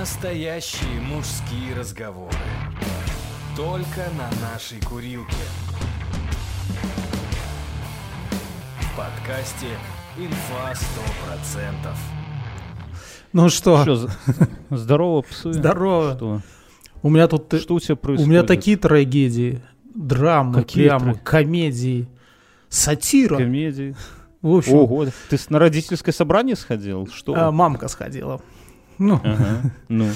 Настоящие мужские разговоры. Только на нашей курилке. В подкасте «Инфа 100%». Ну что? Здорово, псы. Здорово. Что? У меня тут... Что у тебя происходит? У меня такие трагедии, драмы, Какие прямо, комедии, сатира. Комедии. В общем, Ого, ты на родительское собрание сходил? Что? мамка сходила. Ну, Ага, ну.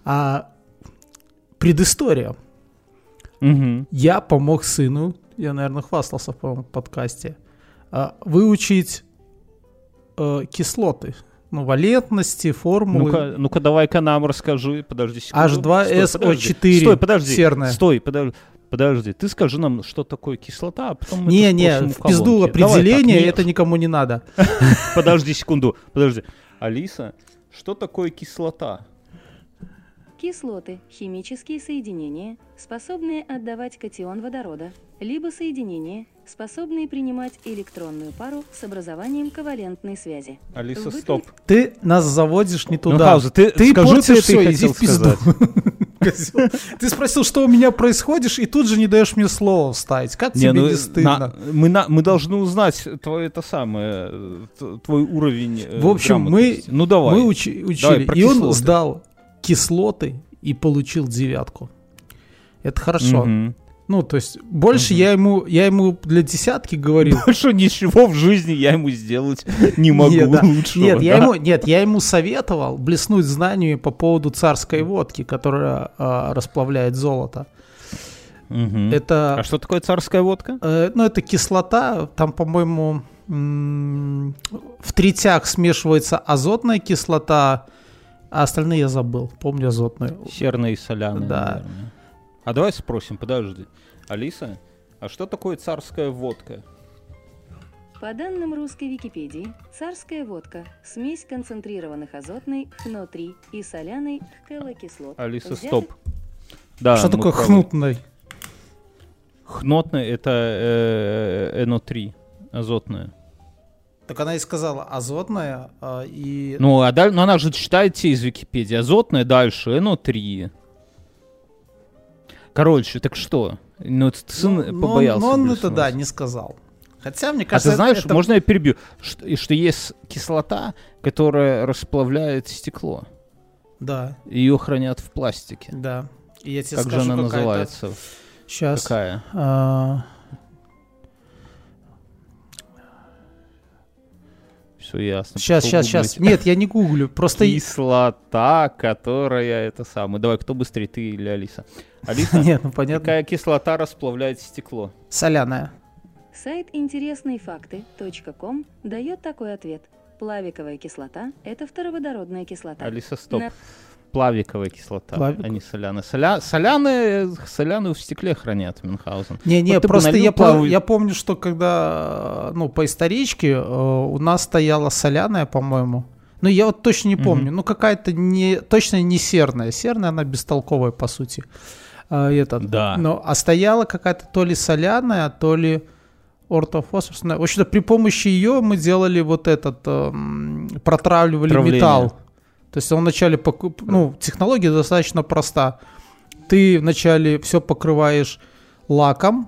Предыстория. Угу. Я помог сыну, я, наверное, хвастался в подкасте, выучить кислоты. Ну, валентности, формулы. Ну-ка, давай-ка нам расскажи. Подожди секунду. H2SO4. Стой, подожди. Серная. Стой, подожди. Ты скажи нам, что такое кислота, а потом мы Не, это спросим в у пизду колонки. определение, Давай так, это никому не надо. Подожди секунду. Подожди. Алиса, что такое кислота? Кислоты – химические соединения, способные отдавать катион водорода, либо соединения, способные принимать электронную пару с образованием ковалентной связи. Алиса, Вы стоп. Ты нас заводишь не туда. Мюнхгаузен, ты скажи, портишь ты всё, хотел иди в пизду. Козёл. Ты спросил, что у меня происходит, и тут же не даешь мне слово вставить. Как тебе не стыдно? Мы должны узнать твой уровень В общем, мы грамотности. Ну, давай. Мы учили, Давай, про и он кислоты. сдал кислоты и получил 9. Это хорошо. Мгм. Ну, то есть, больше я ему для 10 говорил. Больше ничего в жизни я ему сделать не могу Нет, да. лучшего. Я ему советовал блеснуть знаниями по поводу царской водки, которая расплавляет золото. Мгм. Это, А что такое царская водка? это кислота, там, по-моему, в третях смешивается азотная кислота, а остальные я забыл, помню азотную. Серная и соляная, Да. наверное. А давай спросим, подожди. Алиса, а что такое царская водка? По данным русской Википедии, царская водка – смесь концентрированных азотной, ХНО-3 и соляной хкалокислот. Алиса, взятых- стоп. Да, Что мы такое правы. хнутный? Хнотная — это НО3, азотная. Так она и сказала азотная и... Ну, но она же читайте из Википедии. Азотная дальше, НО3. Короче, так что? Ну, сын побоялся. Но он блеснуть. это, да, не сказал. Хотя, мне А кажется, ты знаешь, это... можно я перебью? Что есть кислота, которая расплавляет стекло. Да, Ее хранят в пластике. да. И я тебе Как же скажу, она какая-то- называется? Сейчас. Какая? Все ясно. Сейчас. Пошел гуглить. Нет, я не гуглю. Просто... Кислота, которая это самое. Давай, кто быстрее, ты или Алиса? Алиса, Нет, ну понятно. какая кислота расплавляет стекло? Соляная. Сайт интересныйфакты.ком дает такой ответ. Плавиковая кислота – это фтороводородная кислота. Алиса, стоп. На- Плавиковая кислота, Плавик? а не соляная. Соляную в стекле хранят, Мюнхгаузен. Не, Вот ты бы просто налил я помню, что когда, по историчке у нас стояла соляная, по-моему. Ну, я вот точно не помню. Ну, какая-то точно не серная. Серная, она бестолковая, по сути. Да. А стояла какая-то то ли соляная, то ли ортофосфорная. В общем-то, при помощи ее мы делали протравливали Травление. металл. То есть он вначале, технология достаточно проста. Ты вначале все покрываешь лаком.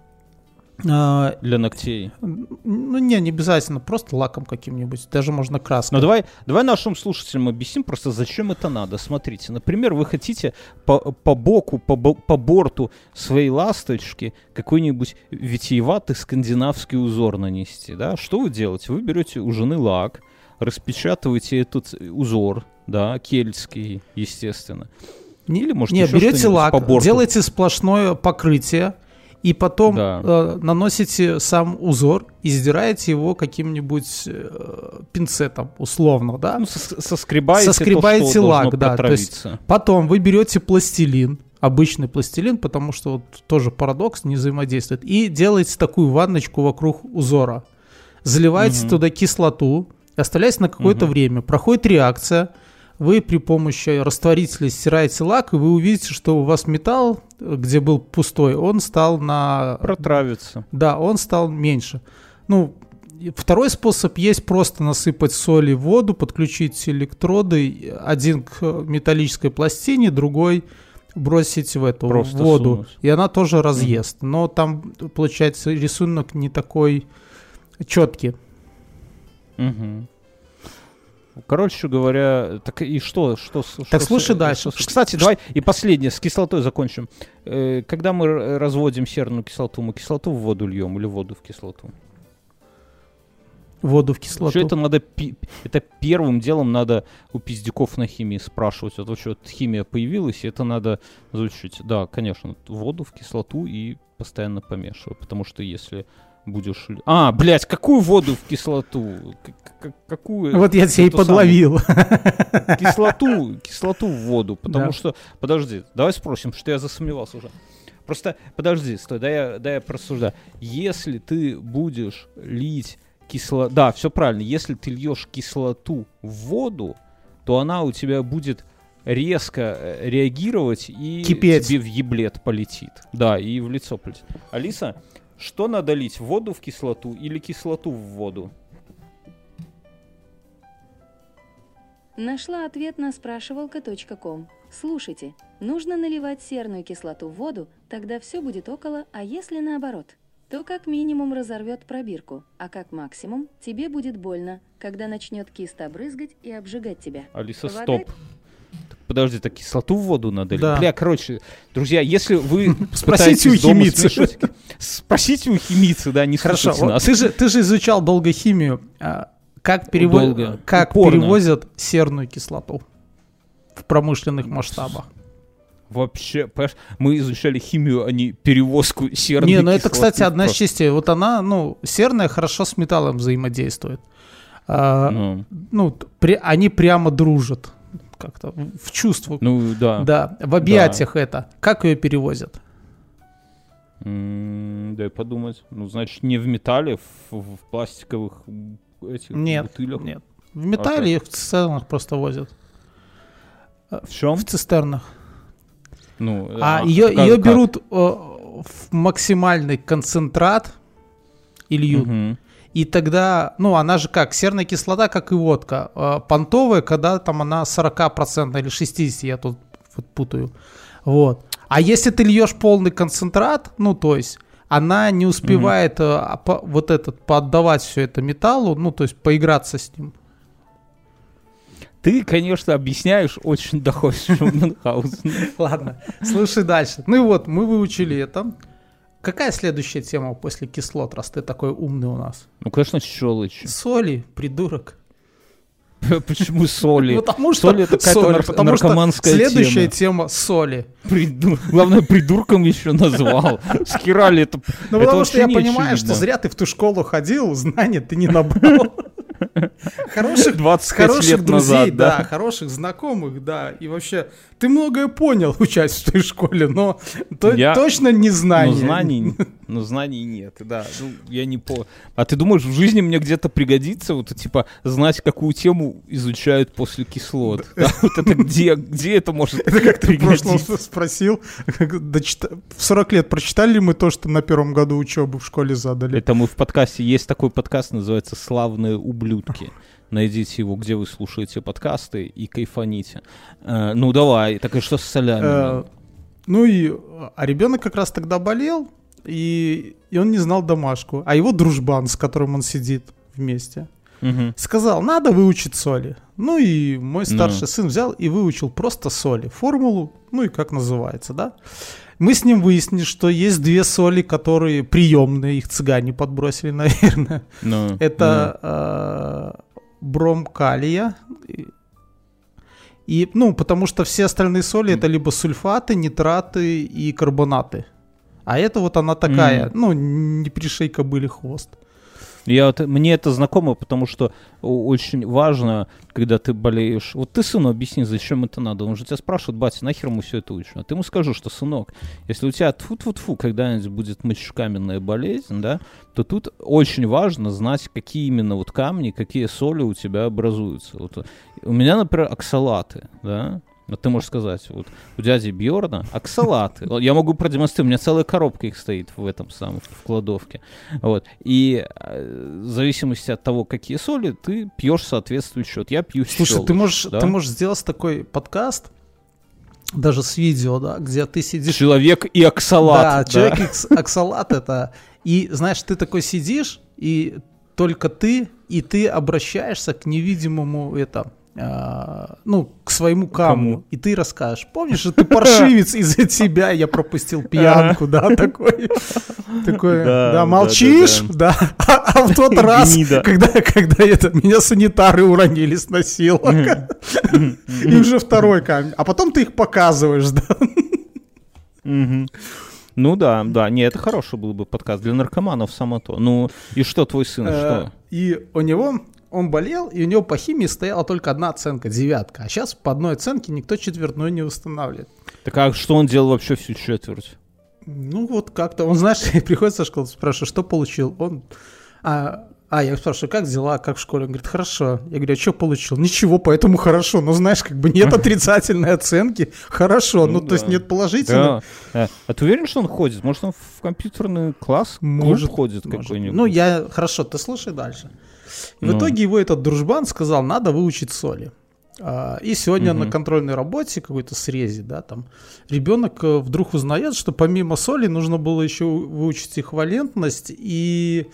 Для ногтей. Не обязательно, просто лаком каким-нибудь. Даже можно краской. Ну давай нашим слушателям объясним просто, зачем это надо. Смотрите, например, вы хотите по боку, по борту своей ласточки какой-нибудь витиеватый скандинавский узор нанести, да? Что вы делаете? Вы берете у жены лак, распечатываете этот узор, да, кельтский, естественно. Или, может, еще берете что-нибудь лак, по борту. делаете сплошное покрытие, и потом Да. наносите сам узор и сдираете его каким-нибудь пинцетом, условно, да? Ну, соскребаете Соскребаете то, что лак, должно да. То есть протравиться. потом вы берете пластилин, обычный пластилин, потому что вот тоже парадокс, не взаимодействует, и делаете такую ванночку вокруг узора. Заливаете туда кислоту, оставляете на какое-то время, проходит реакция, вы при помощи растворителя стираете лак, и вы увидите, что у вас металл, где был пустой, он стал Протравится. Да, он стал меньше. Ну, Второй способ есть просто насыпать соли в воду, подключить электроды, один к металлической пластине, другой бросить в эту Просто воду, сунуть. и она тоже разъест. Но там, получается, рисунок не такой четкий. Мгм. Короче говоря, так и что? Так слушай дальше. Кстати, давай и последнее, с кислотой закончим. Когда мы разводим серную кислоту, мы кислоту в воду льем или воду в кислоту? Воду в кислоту. Все это надо, это первым делом надо у пиздюков на химии спрашивать. А то, что вот химия появилась, и это надо изучить. Да, конечно, воду в кислоту и постоянно помешиваю, потому что если будешь... блядь, какую воду в кислоту? Какую? Вот я тебя и Эту подловил. Кислоту в воду, потому Да. что... Подожди, давай спросим, что я засомневался уже. Просто, подожди, стой, дай я просуждаю. Если ты будешь лить да, все правильно, если ты льешь кислоту в воду, то она у тебя будет резко реагировать и Кипеть. тебе в еблет полетит. Да, и в лицо полетит. Алиса, что надо лить, воду в кислоту или кислоту в воду? Нашла ответ на спрашивалка.ком. Слушайте, нужно наливать серную кислоту в воду, тогда все будет около, а если наоборот, то как минимум разорвет пробирку, а как максимум тебе будет больно, когда начнет киста брызгать и обжигать тебя. Алиса, Вода- стоп. Подожди, так кислоту в воду надо лить? Да. Бля, короче, друзья, если вы Спросите у пытаетесь дома химийца. смешать- Спросите у химийца, да, не Хорошо, слушайте вот нас. ты же изучал долго химию. Как Долго. Упорно. перевозят серную кислоту в промышленных масштабах? Вообще, понимаешь, мы изучали химию, а не перевозку серной Не, ну это, кислоты кстати, одна из просто. частей. Вот она, серная хорошо с металлом взаимодействует. Ну, Они прямо дружат как-то в чувствах. да. Да, в объятиях это. Как ее перевозят? Дай подумать. Ну, значит, не в металле, в пластиковых этих бутылях. Нет. В металле их в цистернах просто возят. В чем? В цистернах. Ну, Ее как? берут в максимальный концентрат и льют. Мгм. И тогда, она же как, серная кислота, как и водка. Понтовая, когда там она 40% или 60%, я тут вот путаю. Вот. А если ты льешь полный концентрат, то есть она не успевает поотдавать все это металлу, то есть поиграться с ним. Ты, конечно, объясняешь очень доходчиво Мюнхгаузен. Ладно, слушай дальше. Ну и вот, мы выучили это. Какая следующая тема после кислот, раз ты такой умный у нас? Ну, конечно, щелочи. Соли, придурок. Почему соли? Потому что Соль это какая-то соли, потому что наркоманская следующая тема. тема соли. Главное, придурком еще назвал. Скирали это. Ну, это потому что я вообще не понимаю, очевидно. что зря ты в ту школу ходил, знаний ты не набрал. Хороших 25 лет друзей, назад, да. хороших знакомых, да. И вообще, ты многое понял, учась в той школе, но точно не знания. Но знаний нет, да. Ну, я не понял. А ты думаешь, в жизни мне где-то пригодится вот, типа, знать, какую тему изучают после кислот? Да, вот это где это может Это как ты в прошлом пригодиться? спросил, в 40 лет прочитали ли мы то, что на первом году учебы в школе задали? Это мы в подкасте, есть такой подкаст, называется «Славные ублюдки». Найдите его, где вы слушаете подкасты, и кайфаните. Ну давай, так и что с солями? А ребенок как раз тогда болел, и он не знал домашку. А его дружбан, с которым он сидит вместе, сказал, надо выучить соли. Ну и мой старший сын взял и выучил просто соли, формулу, и как называется, да. Мы с ним выяснили, что есть две соли, которые приемные, их цыгане подбросили, наверное. Это бром калия. И, потому что все остальные соли это либо сульфаты, нитраты и карбонаты. А это вот она такая, не пришей кобыле хвост. Мне это знакомо, потому что очень важно, когда ты болеешь. Вот ты сыну объясни, зачем это надо. Он же тебя спрашивает, батя, нахер ему все это учишь? А ты ему скажи, что, сынок, если у тебя тьфу-тьфу-тьфу когда-нибудь будет мочекаменная болезнь, да, то тут очень важно знать, какие именно вот камни, какие соли у тебя образуются. Вот у меня, например, оксалаты, да. Вот ты можешь сказать, вот у дяди Бьорна оксалаты. Я могу продемонстрировать, у меня целая коробка их стоит в этом самом, в кладовке. Вот. И в зависимости от того, какие соли, ты пьешь соответствующий. Вот я пью щелочь. Слушай, ты можешь сделать такой подкаст, даже с видео, да, где ты сидишь... Человек и оксалат. Да, человек и оксалат это... И, знаешь, ты такой сидишь, и только ты обращаешься к невидимому к своему камню. И ты расскажешь. Помнишь, что ты паршивец, из-за тебя я пропустил пьянку, да, такой. Да, молчишь, да. А в тот раз, когда меня санитары уронили с носилок, и уже второй камень. А потом ты их показываешь, да. Ну да, не, это хороший был бы подкаст для наркоманов, само то. Ну, и что твой сын, что? И он болел, и у него по химии стояла только одна оценка, 9. А сейчас по одной оценке никто четвертную не восстанавливает. Так а что он делал вообще всю четверть? Ну вот как-то, он, знаешь, приходит со школы, спрашивает, что получил? Я спрашиваю, как дела, как в школе? Он говорит, хорошо. Я говорю, а что получил? Ничего, поэтому хорошо. Ну, знаешь, как бы нет отрицательной оценки. Хорошо, то есть нет положительной. Да. А ты уверен, что он ходит? Может, он в компьютерный класс ходит какой-нибудь? Ну, хорошо, ты слушай дальше. В итоге его этот дружбан сказал, надо выучить соли. И сегодня на контрольной работе, какой-то срезе, да, там, ребенок вдруг узнает, что помимо соли нужно было еще выучить эквивалентность и...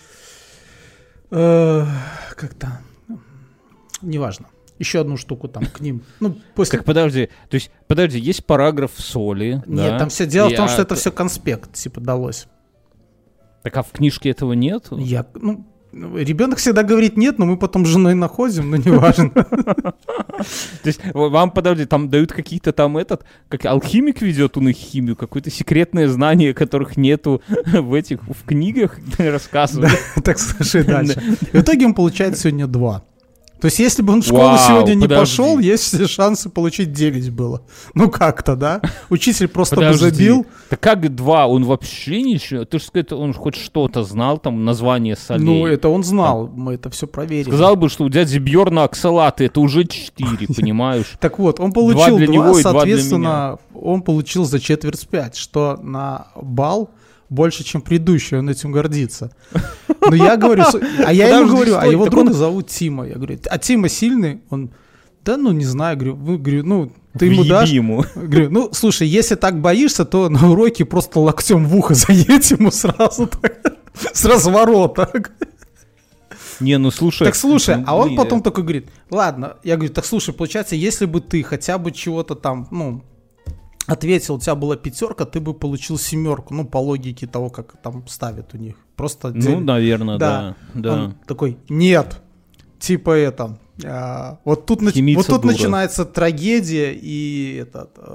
как-то, неважно, еще одну штуку там к ним. Так подожди, есть параграф соли. Нет, там все дело в том, что это все конспект, типа, далось. Так а в книжке этого нет? Ребенок всегда говорит нет, но мы потом с женой находим, но неважно. То есть вам, подожди, там дают какие-то там как алхимик ведет у них химию, какое-то секретное знание, которых нету в книгах, рассказывают. Так, слушай дальше. В итоге он получает сегодня 2. То есть, если бы он в школу сегодня не пошел, есть шансы получить 9 было. Ну, как-то, да? Учитель просто бы забил. Так как 2? Он вообще ничего? Ты же сказал, он хоть что-то знал, там, название солей. Ну, это он знал, мы это все проверили. Сказал бы, что у дяди Бьорна оксалаты, это уже 4, понимаешь? Так вот, он получил 2, соответственно, он получил за четверть 5, что на балл больше, чем предыдущий, он этим гордится. Но я говорю, ему говорю, а его друга зовут Тима. Я говорю, а Тима сильный? Он, да, не знаю, говорю, ты ему дашь? Говорю, слушай, если так боишься, то на уроке просто локтем в ухо заедь ему сразу так, с разворота. Не, слушай. Так слушай, а он потом только говорит, ладно, я говорю, так слушай, получается, если бы ты хотя бы чего-то там, ответил, у тебя была 5, ты бы получил 7, по логике того, как там ставят у них. Просто наверное, да. Он такой, нет, типа вот тут начинается трагедия и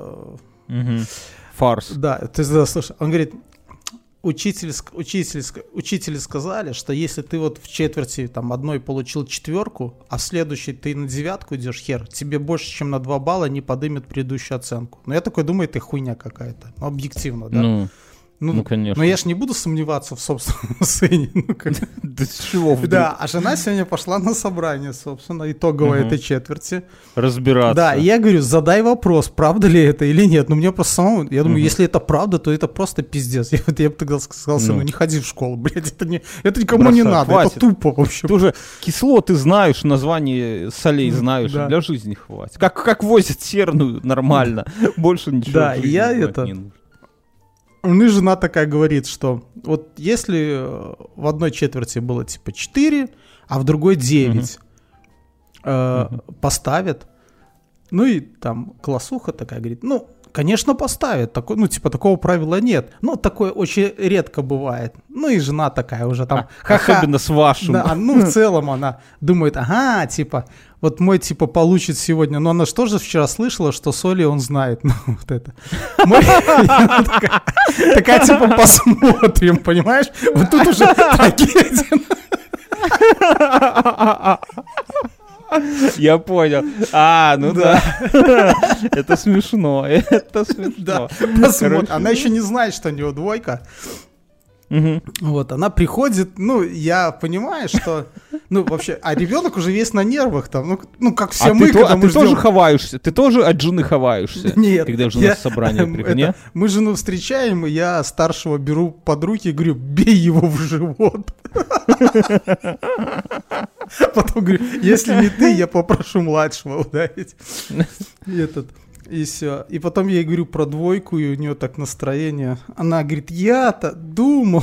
фарс. Да, ты слушай, он говорит, учители сказали, что если ты вот в четверти одной получил 4, а в следующей ты на 9 идешь, хер, тебе больше, чем на 2 балла не подымет предыдущую оценку. Но я такой думаю, это хуйня какая-то. Объективно, да. Конечно. Но я ж не буду сомневаться в собственном сыне. Да с чего вдруг? Да, а жена сегодня пошла на собрание, собственно, итоговое этой четверти. Разбираться. Да, и я говорю, задай вопрос, правда ли это или нет. Но мне просто самому, я думаю, если это правда, то это просто пиздец. Я бы тогда сказал сыну, не ходи в школу, блядь, это никому не надо, это тупо вообще. Ты уже кислоты знаешь, название солей знаешь, для жизни хватит. Как возят серную нормально, больше ничего. Да, и я не нужно. У меня жена такая говорит, что вот если в одной четверти было типа 4, а в другой 9 поставят, и там классуха такая говорит, конечно, поставят, такого правила нет, такое очень редко бывает. И жена такая уже там, особенно с вашим. Да, в целом она думает, вот мой, получит сегодня, но она же тоже вчера слышала, что соли он знает, вот это. Такая, посмотрим, понимаешь? Вот тут уже трагедия. Я понял. Да. Это смешно. Да, посмотрим. Она еще не знает, что у него 2. Вот, она приходит, я понимаю, что Ну, вообще, а ребенок уже весь на нервах там, ну как все А мы, когда ты мы тоже ждем. хаваешься? Ты тоже от жены хаваешься? Нет. Когда жена с собрания приходит? Мы жену встречаем, и я старшего беру под руки и говорю, бей его в живот. Потом говорю, если не ты, я попрошу младшего ударить. И все. И потом я ей говорю про двойку, и у нее так настроение. Она говорит, я-то думал.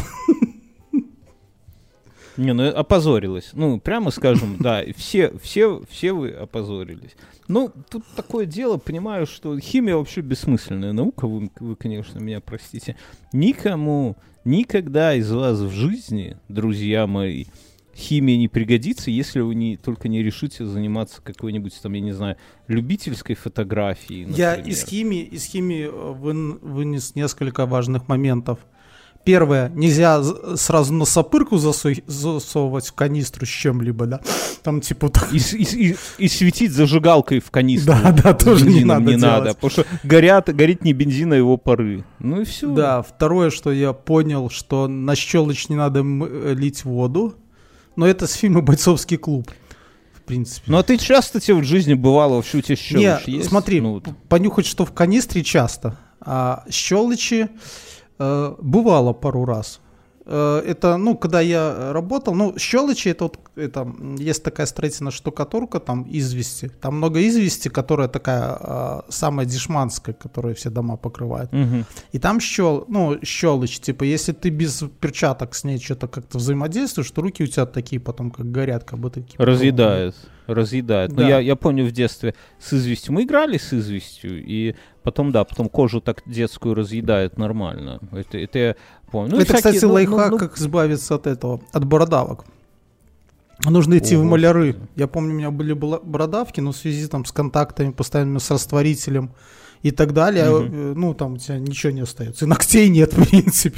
Не, ну опозорилась. Ну, прямо скажем, да, все вы опозорились. Ну, тут такое дело, понимаю, что химия вообще бессмысленная наука, вы, конечно, меня простите. Никому никогда из вас в жизни, друзья мои, химия не пригодится, если вы только не решите заниматься какой-нибудь, там, я не знаю, любительской фотографией, например. Я из химии вынес несколько важных моментов. Первое, нельзя сразу носопырку засовывать в канистру с чем-либо, да? Там типа... И светить зажигалкой в канистру. Да, тоже не надо не делать. надо, потому что горит не бензин, а его пары. Ну и все. Да, второе, что я понял, что на щелочь не надо лить воду, но это с фильма «Бойцовский клуб». В принципе. Ну а ты часто тебе в жизни бывало, вообще у тебя щелочь есть? Смотри, ну, понюхать, что в канистре часто, а щелочи бывало пару раз. Это, когда я работал, щелочи, есть такая строительная штукатурка, там извести, там много извести, которая такая самая дешманская, которую все дома покрывают. Угу. И там щелочь, типа, если ты без перчаток с ней что-то как-то взаимодействуешь, то руки у тебя такие потом как горят, как будто... Разъедает. Да. Ну, я помню в детстве с известью. Мы играли с известью, и потом кожу так детскую разъедает нормально. Это я помню. Это, кстати, лайфхак, как избавиться от этого, от бородавок. Нужно идти в маляры. Я помню, у меня были бородавки, но в связи там с контактами постоянно с растворителем и так далее, там у тебя ничего не остается. И ногтей нет, в принципе.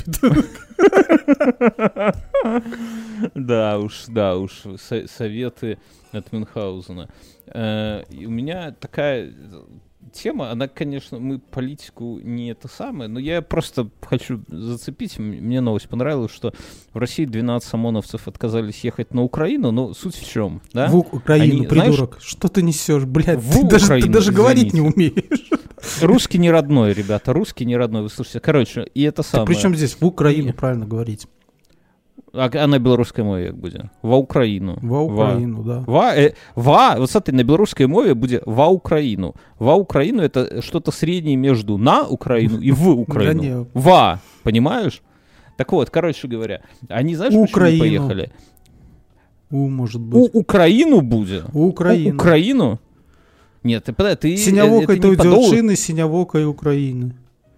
Да уж, советы от Мюнхгаузена. У меня такая тема, она, конечно, мы политику не это самое, но я просто хочу зацепить. Мне новость понравилась, что в России 12 ОМОНовцев отказались ехать на Украину, но суть в чем? Да? В Украину, придурок. Знаешь, что ты несешь, блядь? Ты даже говорить не умеешь. Русский не родной, ребята, русский не родной. Вы слушайте, короче, и это самое. Причем здесь в Украину, правильно говорить. А на белорусской мове як буде? Ва Україну. Ва Україну, да. Вот смотри, на белорусской мове будет ва Украину. Ва Украину — это что-то среднее между на Украину и в Украину. Ва, понимаешь? Так вот, короче говоря, они, знаешь, почему не поехали? Может быть. Украину будет? Украину? Нет, ты Синявокой той дівчини, синявокой України.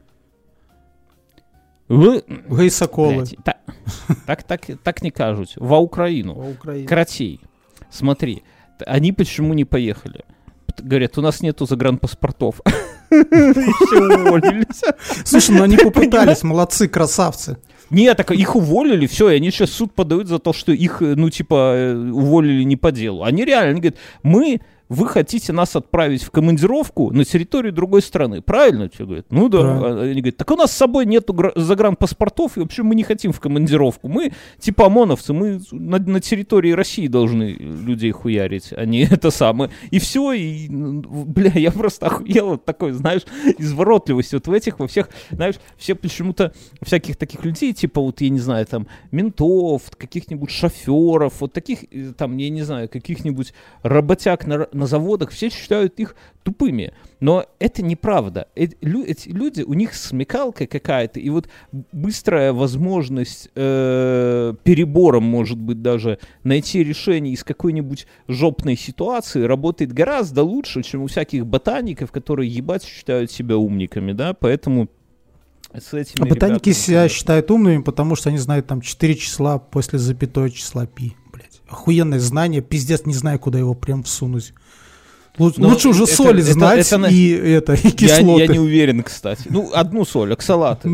Гейсаколы. Так не кажут. Во Украину. Каратей. Смотри, они почему не поехали? Говорят, у нас нету загранпаспортов. Еще уволились. Слушай, они попытались, молодцы, красавцы. Нет, так их уволили, все, и они сейчас в суд подают за то, что их, уволили не по делу. Они реально говорят, вы хотите нас отправить в командировку на территорию другой страны. Правильно? Тебе говорят? Ну да. Правильно. Они говорят, так у нас с собой нету загранпаспортов, и вообще мы не хотим в командировку. Мы типа ОМОНовцы, мы на территории России должны людей хуярить, а не это самое. И все, и, я просто охуел от такой, знаешь, изворотливости. Вот в этих, во всех, знаешь, все почему-то всяких таких людей, типа вот, я не знаю, там, ментов, каких-нибудь шоферов, вот таких, там, я не знаю, каких-нибудь работяг на заводах, все считают их тупыми. Но это неправда. Эти люди, у них смекалка какая-то, и вот быстрая возможность перебором, может быть, даже найти решение из какой-нибудь жопной ситуации работает гораздо лучше, чем у всяких ботаников, которые, ебать, считают себя умниками, да, поэтому с этими ботаники себя считают умными, потому что они знают там 4 числа после запятой числа пи. Охуенное знание, пиздец, не знаю, куда его прям всунуть. Лучше уже соли знать и кислоты. Я не уверен, кстати. Одну соль, оксалаты.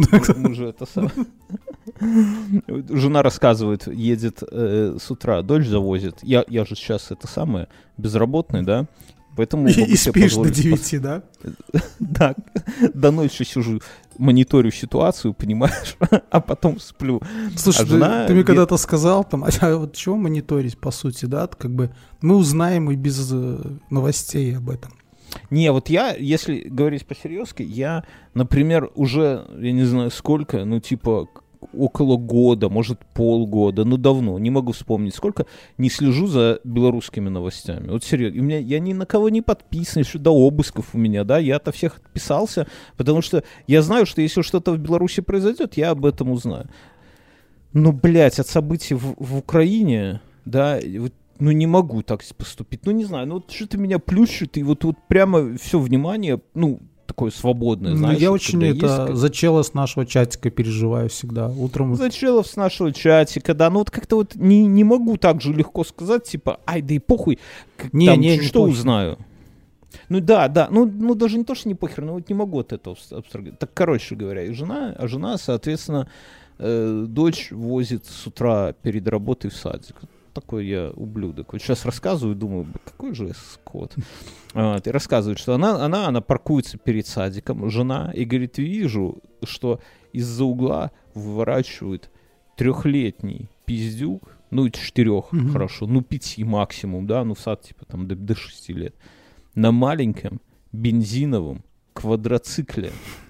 Жена рассказывает, едет с утра, дочь завозит. Я же сейчас безработный, да? Поэтому И спишь до 9, да? Да, до ночи сижу, мониторю ситуацию, понимаешь, а потом сплю. Слушай, ты мне когда-то сказал, там, а вот чего мониторить, по сути, да? Как бы мы узнаем и без новостей об этом. Не, вот я, если говорить по-серьезки, я, например, уже, я не знаю сколько, ну, типа, около года, может, полгода, ну, давно, не могу вспомнить сколько, не слежу за белорусскими новостями. Вот серьезно, я ни на кого не подписан, еще до обысков у меня, да, я-то всех отписался, потому что я знаю, что если что-то в Беларуси произойдет, я об этом узнаю. Но, блядь, от событий в Украине, да, вот, ну, не могу так поступить. Ну, не знаю, ну, вот что-то меня плющит, и вот прямо все внимание, ну, такое свободное, знаешь. Ну, я очень за чела с нашего чатика переживаю всегда. Утром... За челов с нашего чатика, да. Ну, вот как-то вот не могу так же легко сказать, типа, ай, да и похуй, что узнаю. Ну, да, ну, даже не то, что не похер, но вот не могу от этого абстрагировать. Так, короче говоря, и жена, соответственно, дочь возит с утра перед работой в садик. Такой я ублюдок. Вот сейчас рассказываю, думаю, какой же я скот. И рассказывает, что она паркуется перед садиком, жена, и говорит, вижу, что из-за угла выворачивает 3-летний пиздюк, ну, 4, хорошо, ну, 5 максимум, да, ну, в сад, типа, там, до 6 лет, на маленьком бензиновом квадроцикле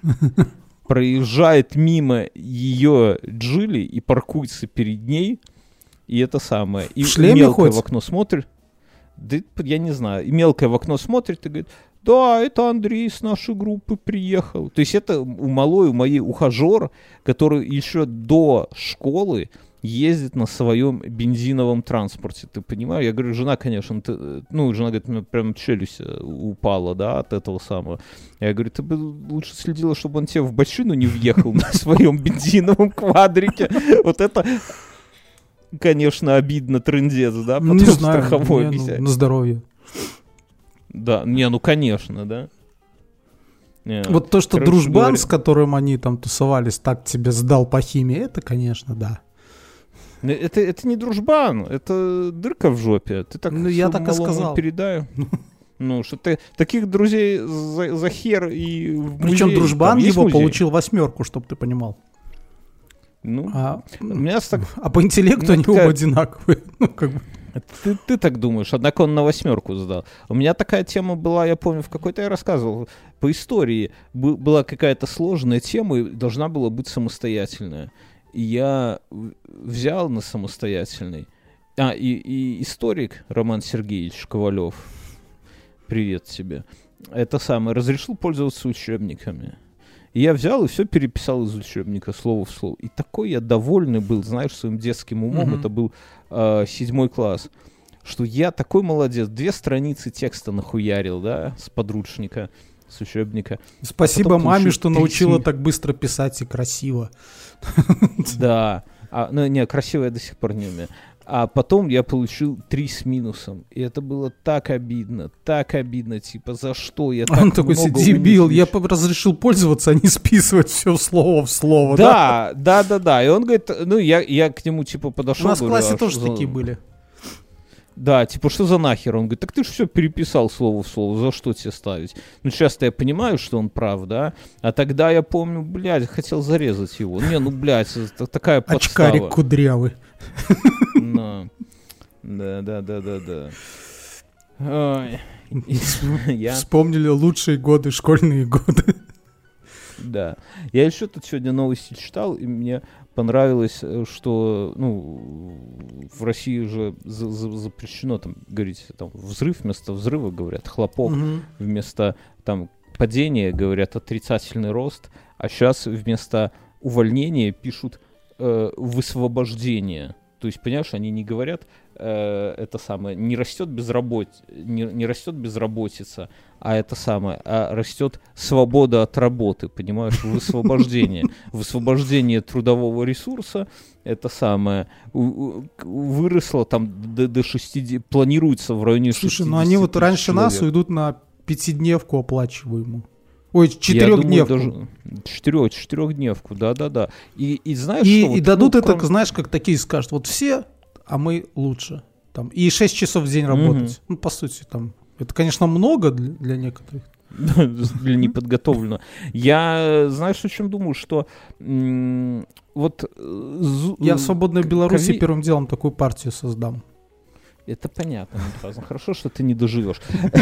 проезжает мимо ее Джили и паркуется перед ней. И это самое. И мелкая в окно смотрит. Да, я не знаю. И мелкая в окно смотрит и говорит, да, это Андрей с нашей группы приехал. То есть это у моей ухажер, который еще до школы ездит на своем бензиновом транспорте. Ты понимаешь? Я говорю, жена, конечно, жена говорит, у меня прям челюсть упала, да, от этого самого. Я говорю, ты бы лучше следила, чтобы он тебе в бочину не въехал на своем бензиновом квадрике. Вот это... Конечно, обидно, трындец, да? Потом не знаю, страховой взять. На здоровье. Да, ну, конечно, да. Вот то, что дружбан, с которым они там тусовались, так тебе сдал по химии, это, конечно, да. Это не дружбан, это дырка в жопе. Ты так я так и сказал. Передаю. Ну, что ты таких друзей за хер и в музей. Причем дружбан его получил 8, чтобы ты понимал. Ну, а по интеллекту они оба одинаковые. Ну, как бы. Ты так думаешь, однако он на 8 сдал. У меня такая тема была, я помню, в какой-то я рассказывал, по истории была какая-то сложная тема, и должна была быть самостоятельная. И я взял на самостоятельный. И историк Роман Сергеевич Ковалев, привет тебе, это самое, разрешил пользоваться учебниками. И я взял и все переписал из учебника слово в слово. И такой я довольный был, знаешь, своим детским умом. Это был 7 класс. Что я такой молодец. 2 страницы текста нахуярил, да, с подручника, с учебника. Спасибо маме, что научила так быстро писать и красиво. Да. Красиво я до сих пор не умею. А потом я получил 3 с минусом. И это было так обидно, типа, за что я так много... Он такой, дебил, я разрешил пользоваться, а не списывать все слово в слово, да? Да. И он говорит, ну, я к нему, типа, подошел. У нас в классе тоже такие были. Да, типа, что за нахер? Он говорит, так ты же все переписал слово в слово, за что тебе ставить? Ну, часто я понимаю, что он прав, да? А тогда я помню, блядь, хотел зарезать его. Не, ну, блядь, это такая подстава. Очкарик кудрявый. Да. Вспомнили лучшие годы, школьные годы. Да. Я еще тут сегодня новости читал, и мне понравилось, что, в России же запрещено там говорить там взрыв вместо взрыва, говорят хлопок, вместо там падения говорят отрицательный рост, а сейчас вместо увольнения пишут высвобождение. То есть, понимаешь, они не говорят это самое, не растет безработица, а это самое, а растет свобода от работы, понимаешь, высвобождение трудового ресурса, это самое, выросло там до 60, планируется в районе 60. Слушай, ну они вот раньше человек. Нас уйдут на 5-дневку оплачиваемую. Ой, 4-дневку. 4-дневку, да. И знаешь, что... И дадут это, знаешь, как такие скажут, вот все, а мы лучше. Там, и 6 часов в день работать. Ну, по сути, там... Это, конечно, много для некоторых. Для неподготовленного. Я, знаешь, о чем думаю, что вот... Я в «Свободной Беларуси» первым делом такую партию создам. Это понятно, хорошо, что ты не доживешь.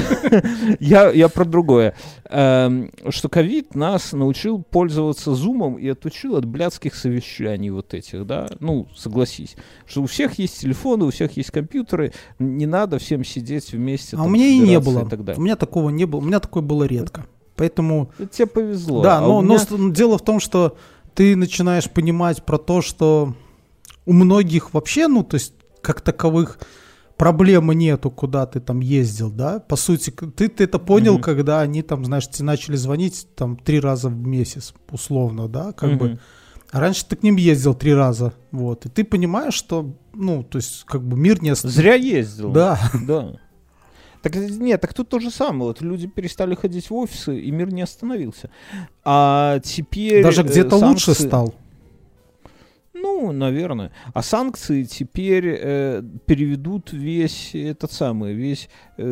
Я про другое. Что ковид нас научил пользоваться зумом и отучил от блядских совещаний вот этих, да? Ну, согласись, что у всех есть телефоны, у всех есть компьютеры, не надо всем сидеть вместе. А у меня и не было. У меня такого не было, у меня такое было редко. Поэтому... Это тебе повезло. Да, но дело в том, что ты начинаешь понимать про то, что у многих вообще, ну, то есть, как таковых... Проблемы нету, куда ты там ездил, да? По сути, ты это понял, когда они там, знаешь, тебе начали звонить там 3 раза в месяц, условно, да, как бы. А раньше ты к ним ездил 3 раза, вот. И ты понимаешь, что, ну, то есть, как бы мир не остановился. Зря ездил. Да. Да. Так нет, так тут то же самое. Вот люди перестали ходить в офисы, и мир не остановился. А теперь... Даже где-то лучше стал. Ну, наверное. А санкции теперь переведут весь этот самый, весь,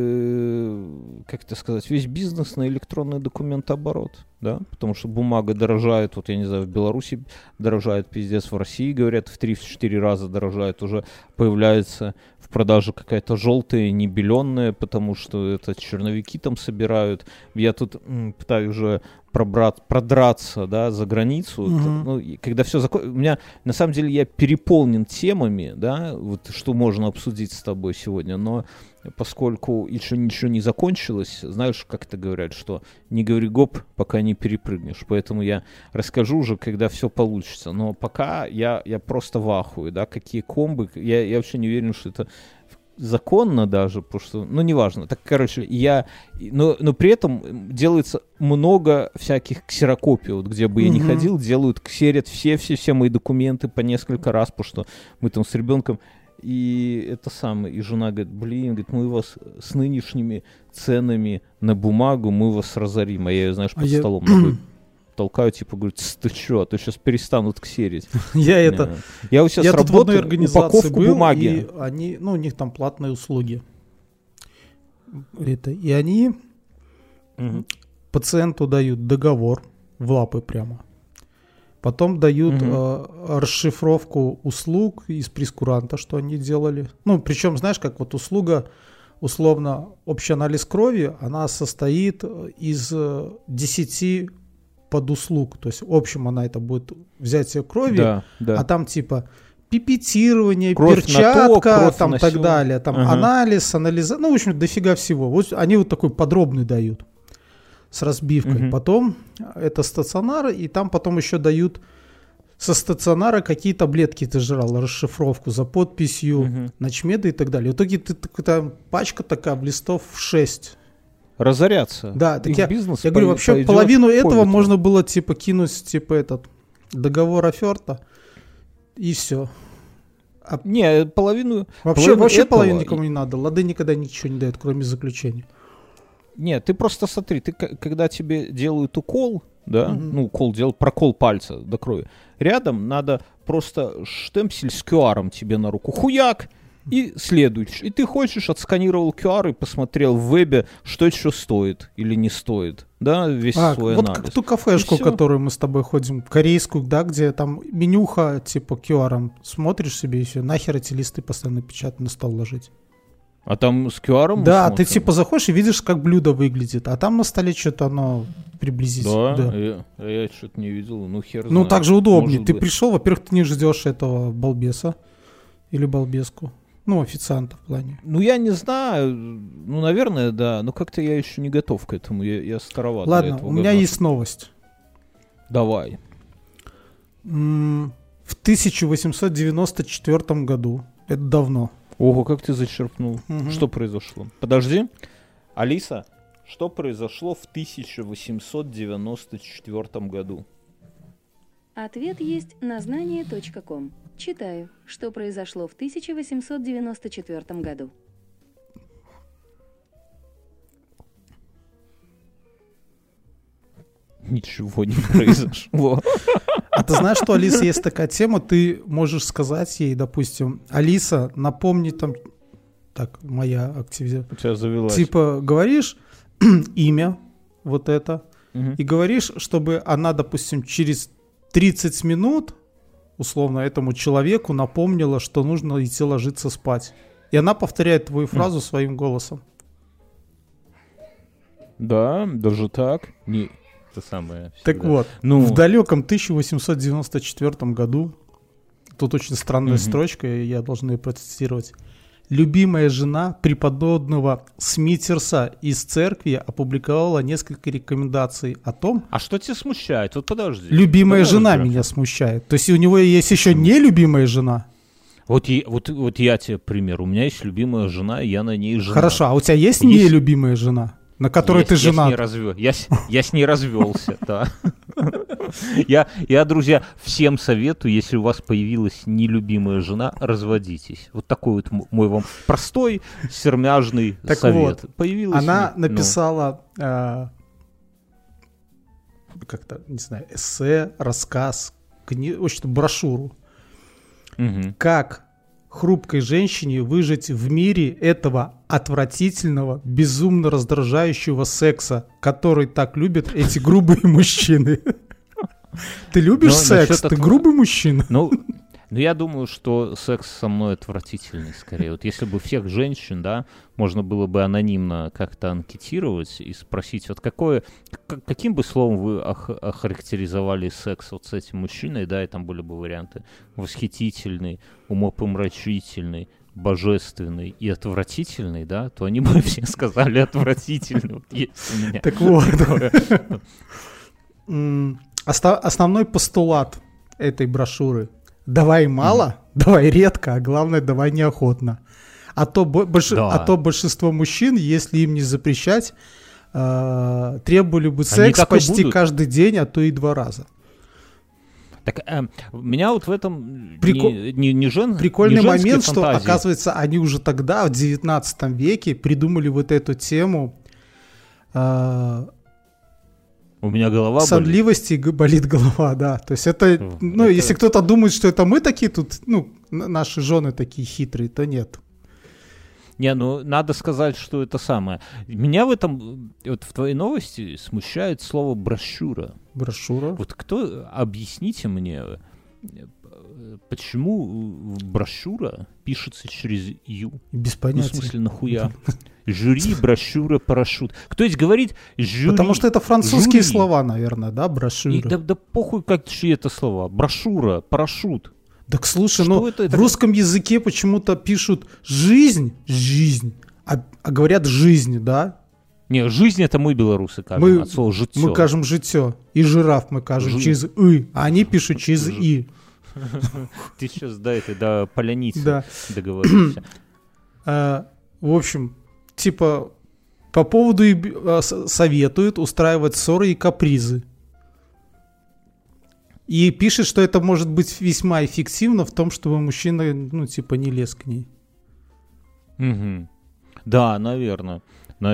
как это сказать, весь бизнес на электронный документооборот, да? Потому что бумага дорожает, вот я не знаю, в Беларуси дорожает пиздец, в России, говорят, в 3-4 раза дорожает, уже появляется в продаже какая-то желтая, не беленная, потому что это черновики там собирают. Я тут пытаюсь уже продраться, да, за границу. Ну, когда все закончится, у меня, на самом деле, я переполнен темами, да, вот, что можно обсудить с тобой сегодня, но поскольку еще ничего не закончилось, знаешь, как это говорят, что не говори гоп, пока не перепрыгнешь, поэтому я расскажу уже, когда все получится, но пока я просто в ахуе, да, какие комбы, я вообще не уверен, что это законно даже, потому что, ну, неважно. Так, короче, но при этом делается много всяких ксерокопий, вот где бы я ни ходил, ксерят все мои документы по несколько раз, потому что мы там с ребенком, и это самое, и жена говорит, говорит, мы вас с нынешними ценами на бумагу, мы вас разорим, а я ее, знаешь, под столом толкаю, типа, говорю, ты что, а то сейчас перестанут ксерить. Я вот сейчас тут в одной организации упаковку был, бумаги. И они, ну, у них там платные услуги. И они пациенту дают договор в лапы прямо. Потом дают расшифровку услуг из прейскуранта, что они делали. Ну, причем, знаешь, как вот услуга, условно, общий анализ крови, она состоит из 10 подуслуг. То есть, в общем, она это будет взятие крови, а там типа пипетирование, кровь перчатка, там так далее, там анализ, ну, в общем, дофига всего. Вот они вот такой подробный дают с разбивкой. Потом это стационар, и там потом еще дают со стационара, какие таблетки ты жрал, расшифровку за подписью, ночмеды и так далее. В итоге там пачка такая в листов в 6. Разоряться. Да, так я говорю, вообще половину этого можно было типа кинуть, типа этот договор оферта, и все. Не, половину... Вообще половину никому не надо. Лады никогда ничего не дают, кроме заключения. Нет, ты просто смотри, когда тебе делают укол, да, ну, укол делают, прокол пальца до крови, рядом надо просто штемпель с QR тебе на руку. Хуяк! И следующий. И ты хочешь, отсканировал QR и посмотрел в вебе, что еще стоит или не стоит. Да, весь свой вот анализ. Вот как ту кафешку, в которую мы с тобой ходим, корейскую, да, где там менюха типа QR, смотришь себе и все, нахер эти листы постоянно печатать на стол ложить. А там с QR? Да, ты типа заходишь и видишь, как блюдо выглядит, а там на столе что-то оно приблизительно. Да? Я что-то не видел, ну хер знает. Ну так же удобнее. Ты пришел, во-первых, ты не ждешь этого балбеса или балбеску. Ну, официанта в плане. Ну, я не знаю. Ну, наверное, да. Но как-то я еще не готов к этому. Я староват. Ладно, у меня есть новость. Давай. В 1894 году, это давно. Ого, как ты зачерпнул. Что произошло? Подожди. Алиса, что произошло в 1894 году? Ответ есть на знание.ком. Читаю, что произошло в 1894 году. Ничего не произошло. А ты знаешь, что, Алиса, есть такая тема, ты можешь сказать ей, допустим, Алиса, напомни там Так, моя активизация. У тебя завелась. Типа говоришь имя, вот это, Мгм. и говоришь, чтобы она, допустим, через 30 минут, условно, этому человеку напомнила, что нужно идти ложиться спать. И она повторяет твою фразу своим голосом. Да, даже так. Не, это самое. Так всегда. вот, Ну, в далеком 1894 году, тут очень странная Мгм. строчка, и я должен ее процитировать. Любимая жена преподобного Смитерса из церкви опубликовала несколько рекомендаций о том, а что тебя смущает? Вот подожди. любимая Давай жена разберем. меня смущает. То есть у него есть еще нелюбимая жена. Вот я тебе пример. У меня есть любимая жена, и я на ней женат. Хорошо, а у тебя есть Есть. нелюбимая жена, на которой Есть, ты я с ней женат? Я с ней развелся, да. Я, друзья, всем советую, если у вас появилась нелюбимая жена, разводитесь. Вот такой вот мой вам простой сермяжный Так совет. вот, Появилась Она ну, написала как-то, не знаю, эссе, рассказ, в общем, брошюру. мгм. Как хрупкой женщине выжить в мире этого отвратительного, безумно раздражающего секса, который так любят эти грубые мужчины. Ты любишь Но секс? насчет Ты грубый мужчина? Ну, я думаю, что секс со мной отвратительный скорее. Вот если бы всех женщин, да, можно было бы анонимно как-то анкетировать и спросить, вот каким бы словом вы охарактеризовали секс вот с этим мужчиной, да, и там были бы варианты: восхитительный, умопомрачительный, божественный и отвратительный, да, то они бы все сказали отвратительный. Вот есть у меня Так вот. такое. Основной постулат этой брошюры: давай мало, давай редко, а главное, давай неохотно. А то большинство мужчин, если им не запрещать, требовали бы секс так и почти будут. каждый день, а то и 2 раза. Так, меня вот в этом Прикол- не Прикольный не женские момент, что, фантазии. оказывается, они уже тогда, в 19 веке, придумали вот эту тему У меня голова болит. сонливости, и болит голова, да. То есть это, ну, Это- если кто-то думает, что это мы такие тут, ну, наши жены такие хитрые, то нет. Не, ну надо сказать, что это самое. Меня в этом, вот в твоей новости смущает слово брошюра. Брошюра. Вот объясните мне, почему брошюра пишется через «ю»? Без Ну, в понятия. смысле, нахуя? Жюри, брошюра, парашют. Кто здесь говорит жюри? Потому что это французские жюри. слова, наверное, да, И брошюра. да похуй, как чьи это слова. Брошюра, парашют. Так слушай, Что ну это? в русском языке почему-то пишут жизнь, а говорят жизнь, да? Не, жизнь это мы, белорусы, кажем, Мы- от слова житье. Мы кажем житье. И жираф мы кажем через «ы», а они пишут через «и». Ты сейчас, да, это до поляницы Да. договорился. В общем, типа, по поводу советуют устраивать ссоры и капризы. И пишет, что это может быть весьма эффективно в том, чтобы мужчина, ну, типа, не лез к ней. Мгм. Да, наверное.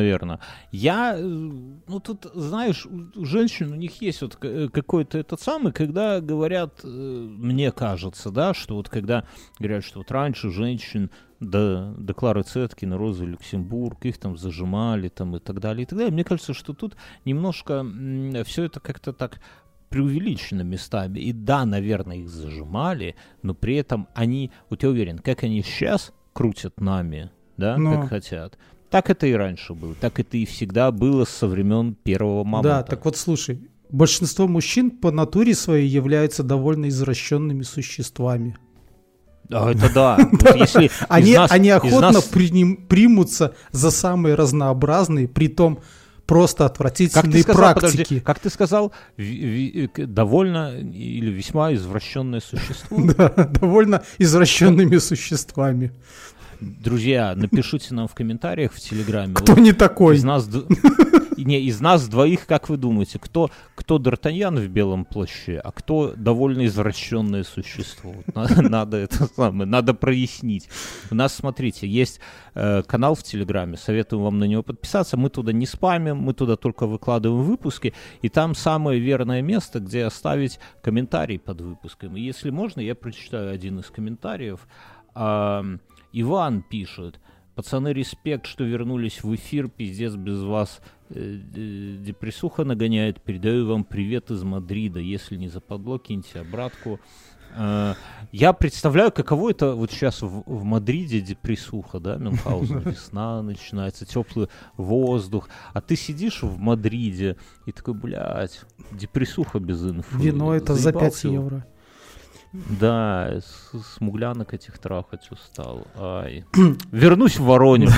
Ну тут, знаешь, у женщин, у них есть вот какой-то этот самый, когда говорят, мне кажется, да, что вот когда говорят, что вот раньше женщин до Клары Цеткиной, Розы Люксембург, их там зажимали там и так далее, мне кажется, что тут немножко все это как-то так преувеличено местами. И да, наверное, их зажимали, но при этом они, вот я уверен, как они сейчас крутят нами, да, Ну. как хотят, так это и раньше было, так это и всегда было со времен первого мамонта. Да, так вот слушай, большинство мужчин по натуре своей являются довольно извращенными существами. А, это да. Вот если Они из нас- из охотно нас- примутся за самые разнообразные, притом просто Как ты отвратительные сказал, практики. подожди, как ты сказал, довольно или весьма извращенное существо? Да, довольно извращенными существами. Друзья, напишите нам в комментариях в Телеграме. Кто вот не такой? из нас двоих, как вы думаете, кто Д'Артаньян в белом плаще, а кто довольно извращенное существо? Вот надо прояснить. У нас, смотрите, есть канал в Телеграме, советую вам на него подписаться. Мы туда не спамим, мы туда только выкладываем выпуски, и там самое верное место, где оставить комментарий под выпуском. И если можно, я прочитаю один из комментариев. Иван пишет: Пацаны, респект, что вернулись в эфир. Пиздец, без вас депрессуха нагоняет. Передаю вам привет из Мадрида. Если не западло, киньте обратку. Я представляю, каково это вот сейчас в Мадриде депрессуха, да, Мюнхгаузен, весна начинается, теплый воздух, а ты сидишь в Мадриде и такой, блядь, депрессуха без инфы. Вино это за 5 евро. Да, смуглянок этих трахать устал. Ай. Вернусь в Воронеж.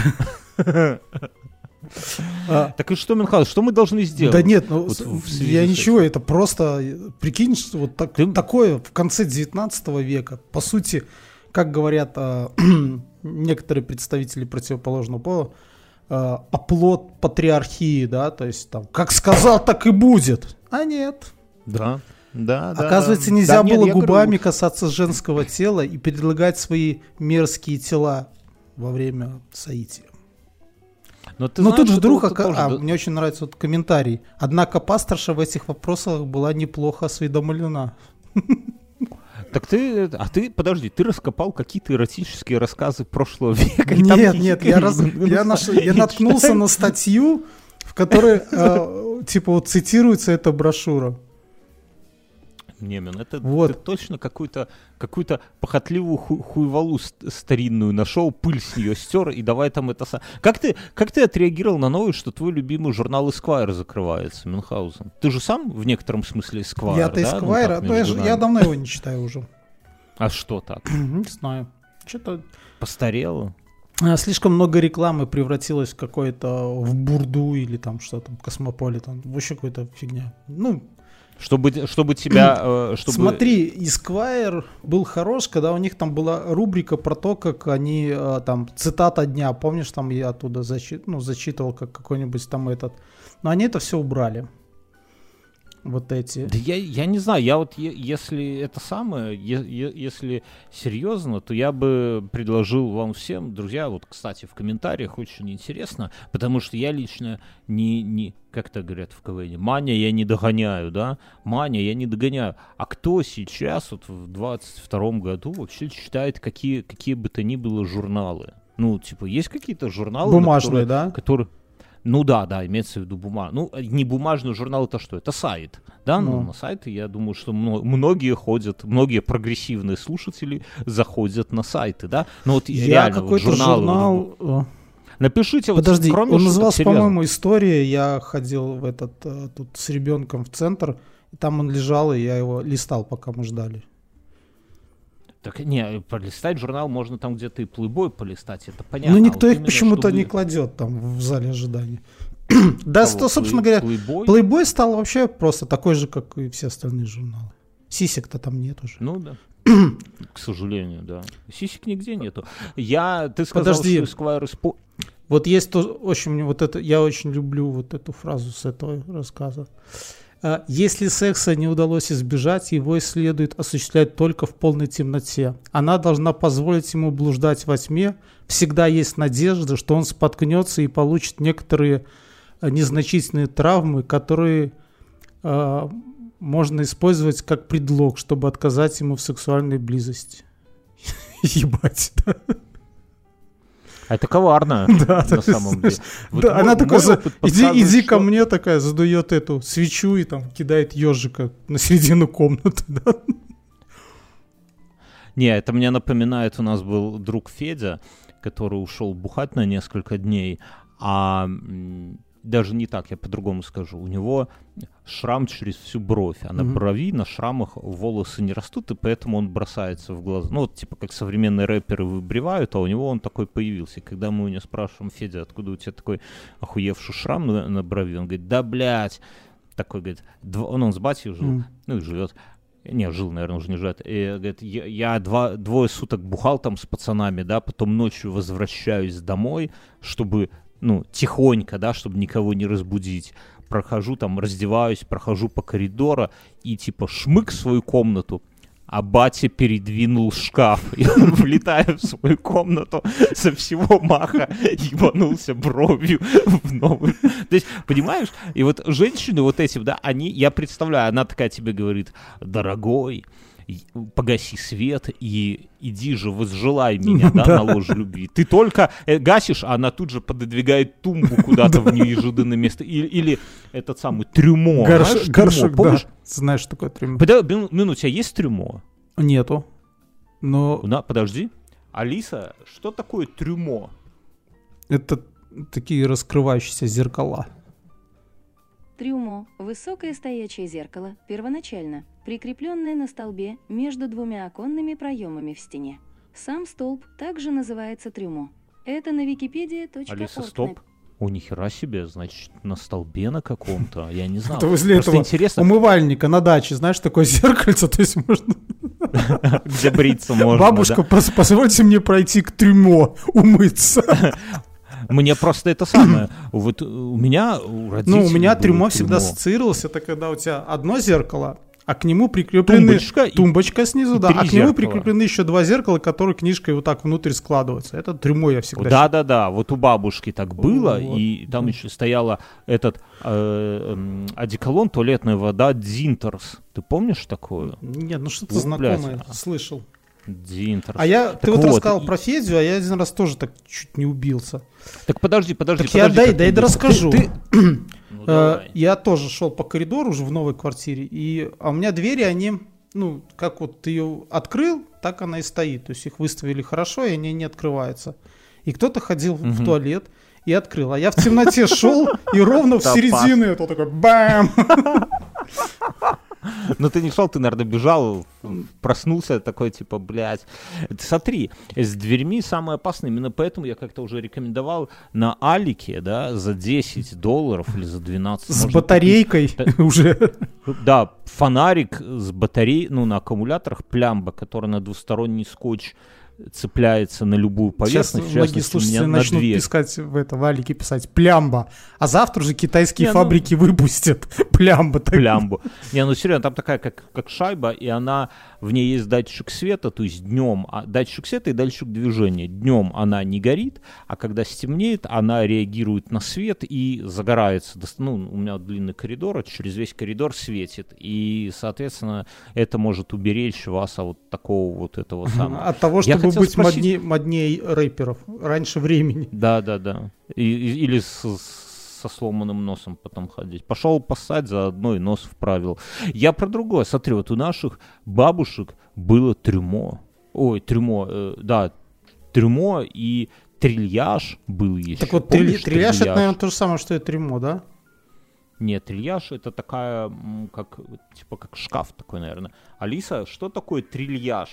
Так и что, Мюнхгаузен, что мы должны сделать? Да нет, ну я ничего, это просто, прикинь, что вот такое в конце 19 века, по сути, как говорят некоторые представители противоположного пола, оплот патриархии, да, то есть там, как сказал, так и будет, а нет. Да. Оказывается, нельзя было губами касаться женского тела и предлагать свои мерзкие тела во время соития. Но тут же вдруг, мне очень нравится вот комментарий. Однако пасторша в этих вопросах была неплохо осведомлена. Так ты подожди, ты раскопал какие-то эротические рассказы прошлого века? Нет, я наткнулся на статью, в которой, типа, вот цитируется эта брошюра. Немен, это ты точно какую-то похотливую хуйвалу старинную нашел, пыль с нее стер, и давай там это... Как ты отреагировал на новость, что твой любимый журнал Esquire закрывается, Мюнхгаузен? Ты же сам в некотором смысле Esquire, Я-то да? Esquire, я давно его не читаю уже. А что так? Не знаю. Что-то... Постарело? Слишком много рекламы превратилось в какое-то, в бурду или там что-то, Космополитен. Вообще какая-то фигня. Ну... Чтобы тебя... Смотри, Esquire был хорош, когда у них там была рубрика про то, как они там цитата дня, помнишь, там я оттуда зачитывал как какой-нибудь там этот. Но они это все убрали. Вот эти. Да я не знаю, я вот если это самое, если серьезно, то я бы предложил вам всем, друзья, вот, кстати, в комментариях очень интересно, потому что я лично не как это говорят в КВН, Маня я не догоняю, да? Маня я не догоняю. А кто сейчас, вот в 22-м году, вообще читает какие бы то ни было журналы? Ну, типа, есть какие-то журналы, бумажные, да? Которые... Ну да, имеется в виду бумажный. Ну, не бумажный журнал, это что? Это сайт. Да, ну, на сайты, я думаю, что многие прогрессивные слушатели заходят на сайты, да? Но вот реально, какой-то вот журнал... Напишите, подожди, вот, кроме он назывался, серьезно. по-моему, «История». Я ходил в тут с ребенком в центр, и там он лежал, и я его листал, пока мы ждали. Так не, полистать журнал можно там где-то и Playboy полистать, это понятно. Ну никто их почему-то не кладет там в зале ожидания. Да, собственно говоря, Playboy стал вообще просто такой же, как и все остальные журналы. Сисек-то там нет уже. Ну да. К сожалению, да. Сисек нигде нету. Ты сказал, что Esquire... Вот есть то, очень, вот это, я очень люблю вот эту фразу с этого рассказа. Если секса не удалось избежать, его следует осуществлять только в полной темноте. Она должна позволить ему блуждать во тьме. Всегда есть надежда, что он споткнется и получит некоторые незначительные травмы, которые можно использовать как предлог, чтобы отказать ему в сексуальной близости. Ебать, да. А это коварно, на самом деле. Да, она такая, иди ко мне, такая, задует эту свечу и там кидает ежика на середину комнаты. Не, это мне напоминает, у нас был друг Федя, который ушел бухать на несколько дней, а даже не так, я по-другому скажу. У него шрам через всю бровь, а на брови, на шрамах волосы не растут, и поэтому он бросается в глаза. Ну, вот типа как современные рэперы выбривают, а у него он такой появился. И когда мы у него спрашиваем: Федя, откуда у тебя такой охуевший шрам на брови? Он говорит: да, блядь. Такой, говорит, он с батей жил, ну и живет. Не, жил, наверное, уже не живет. И говорит, я двое суток бухал там с пацанами, да, потом ночью возвращаюсь домой, чтобы... Ну, тихонько, да, чтобы никого не разбудить. Прохожу там, раздеваюсь, прохожу по коридору и типа шмык в свою комнату, а батя передвинул шкаф. И он, влетая в свою комнату, со всего маха ебанулся бровью в новую. То есть, понимаешь, и вот женщины вот этим, да, я представляю, она такая тебе говорит: дорогой, погаси свет и иди же, возжелай меня, да, на ложе любви. Ты только гасишь, а она тут же пододвигает тумбу куда-то в неожиданное место. Или этот самый трюмо. Горшок, помнишь? да. Знаешь, что такое трюмо? У тебя есть трюмо? Нету. Но Подожди. Алиса, что такое трюмо? это такие раскрывающиеся зеркала. Трюмо – высокое стоячее зеркало, первоначально прикрепленное на столбе между двумя оконными проемами в стене. Сам столб также называется трюмо. Это на Википедии.орг. Алиса, стоп. Ни хера себе, значит, на столбе на каком-то, я не знал. Это возле Просто этого интересно, умывальника на даче, знаешь, такое зеркальце, то есть можно... где бриться можно. Бабушка, позвольте мне пройти к трюмо, умыться. Мне просто это самое. Вот у меня, у родителей Ну, у меня было трюмо всегда ассоциировалось, это когда у тебя одно зеркало, а к нему прикреплены... Тумбочка снизу, да, а к нему прикреплены еще два зеркала, которые книжкой вот так внутрь складываются. Это трюмо я всегда... Да, вот у бабушки так было, Вот. и там еще стояла этот одеколон, туалетная вода Дзинтерс. Ты помнишь такое? Нет, ну что-то Ну, знакомое блядь. слышал. Дзинтерс. Ты вот рассказал про Федю, а я один раз тоже так чуть не убился. Так подожди. Так я дай расскажу. Ну, давай. Я тоже шел по коридору уже в новой квартире, а у меня двери, они, ну, как вот ты ее открыл, так она и стоит. То есть их выставили хорошо, и они не открываются. И кто-то ходил в туалет и открыл. А я в темноте шел, и ровно в середину это такой бам! Ну ты не шел, ты, наверное, бежал, проснулся такой, типа, блядь. Смотри, с дверьми самое опасное, именно поэтому я как-то уже рекомендовал на Алике, да, за $10 или за 12. С батарейкой уже. Да, фонарик с батареей, ну, на аккумуляторах, плямба, которая на двусторонний скотч цепляется на любую поверхность. Сейчас многие слушатели начнут писать в Алике писать плямба, а завтра же китайские фабрики выпустят плямбу. Не, ну серьезно, там такая как шайба, и в ней есть датчик света, то есть днем датчик света и датчик движения. Днем она не горит, а когда стемнеет, она реагирует на свет и загорается. Ну, у меня длинный коридор, через весь коридор светит, и, соответственно, это может уберечь вас от такого вот этого самого. От того, чтобы быть моднее рэперов раньше времени. Да. Или со сломанным носом потом ходить. Пошел поссать, заодно и нос вправил. Я про другое. Смотри, вот у наших бабушек было трюмо. Трюмо и трильяж был еще. Так вот, трильяж это, наверное, то же самое, что и трюмо, да? Нет, трильяж это такая, как шкаф такой, наверное. Алиса, что такое трильяж?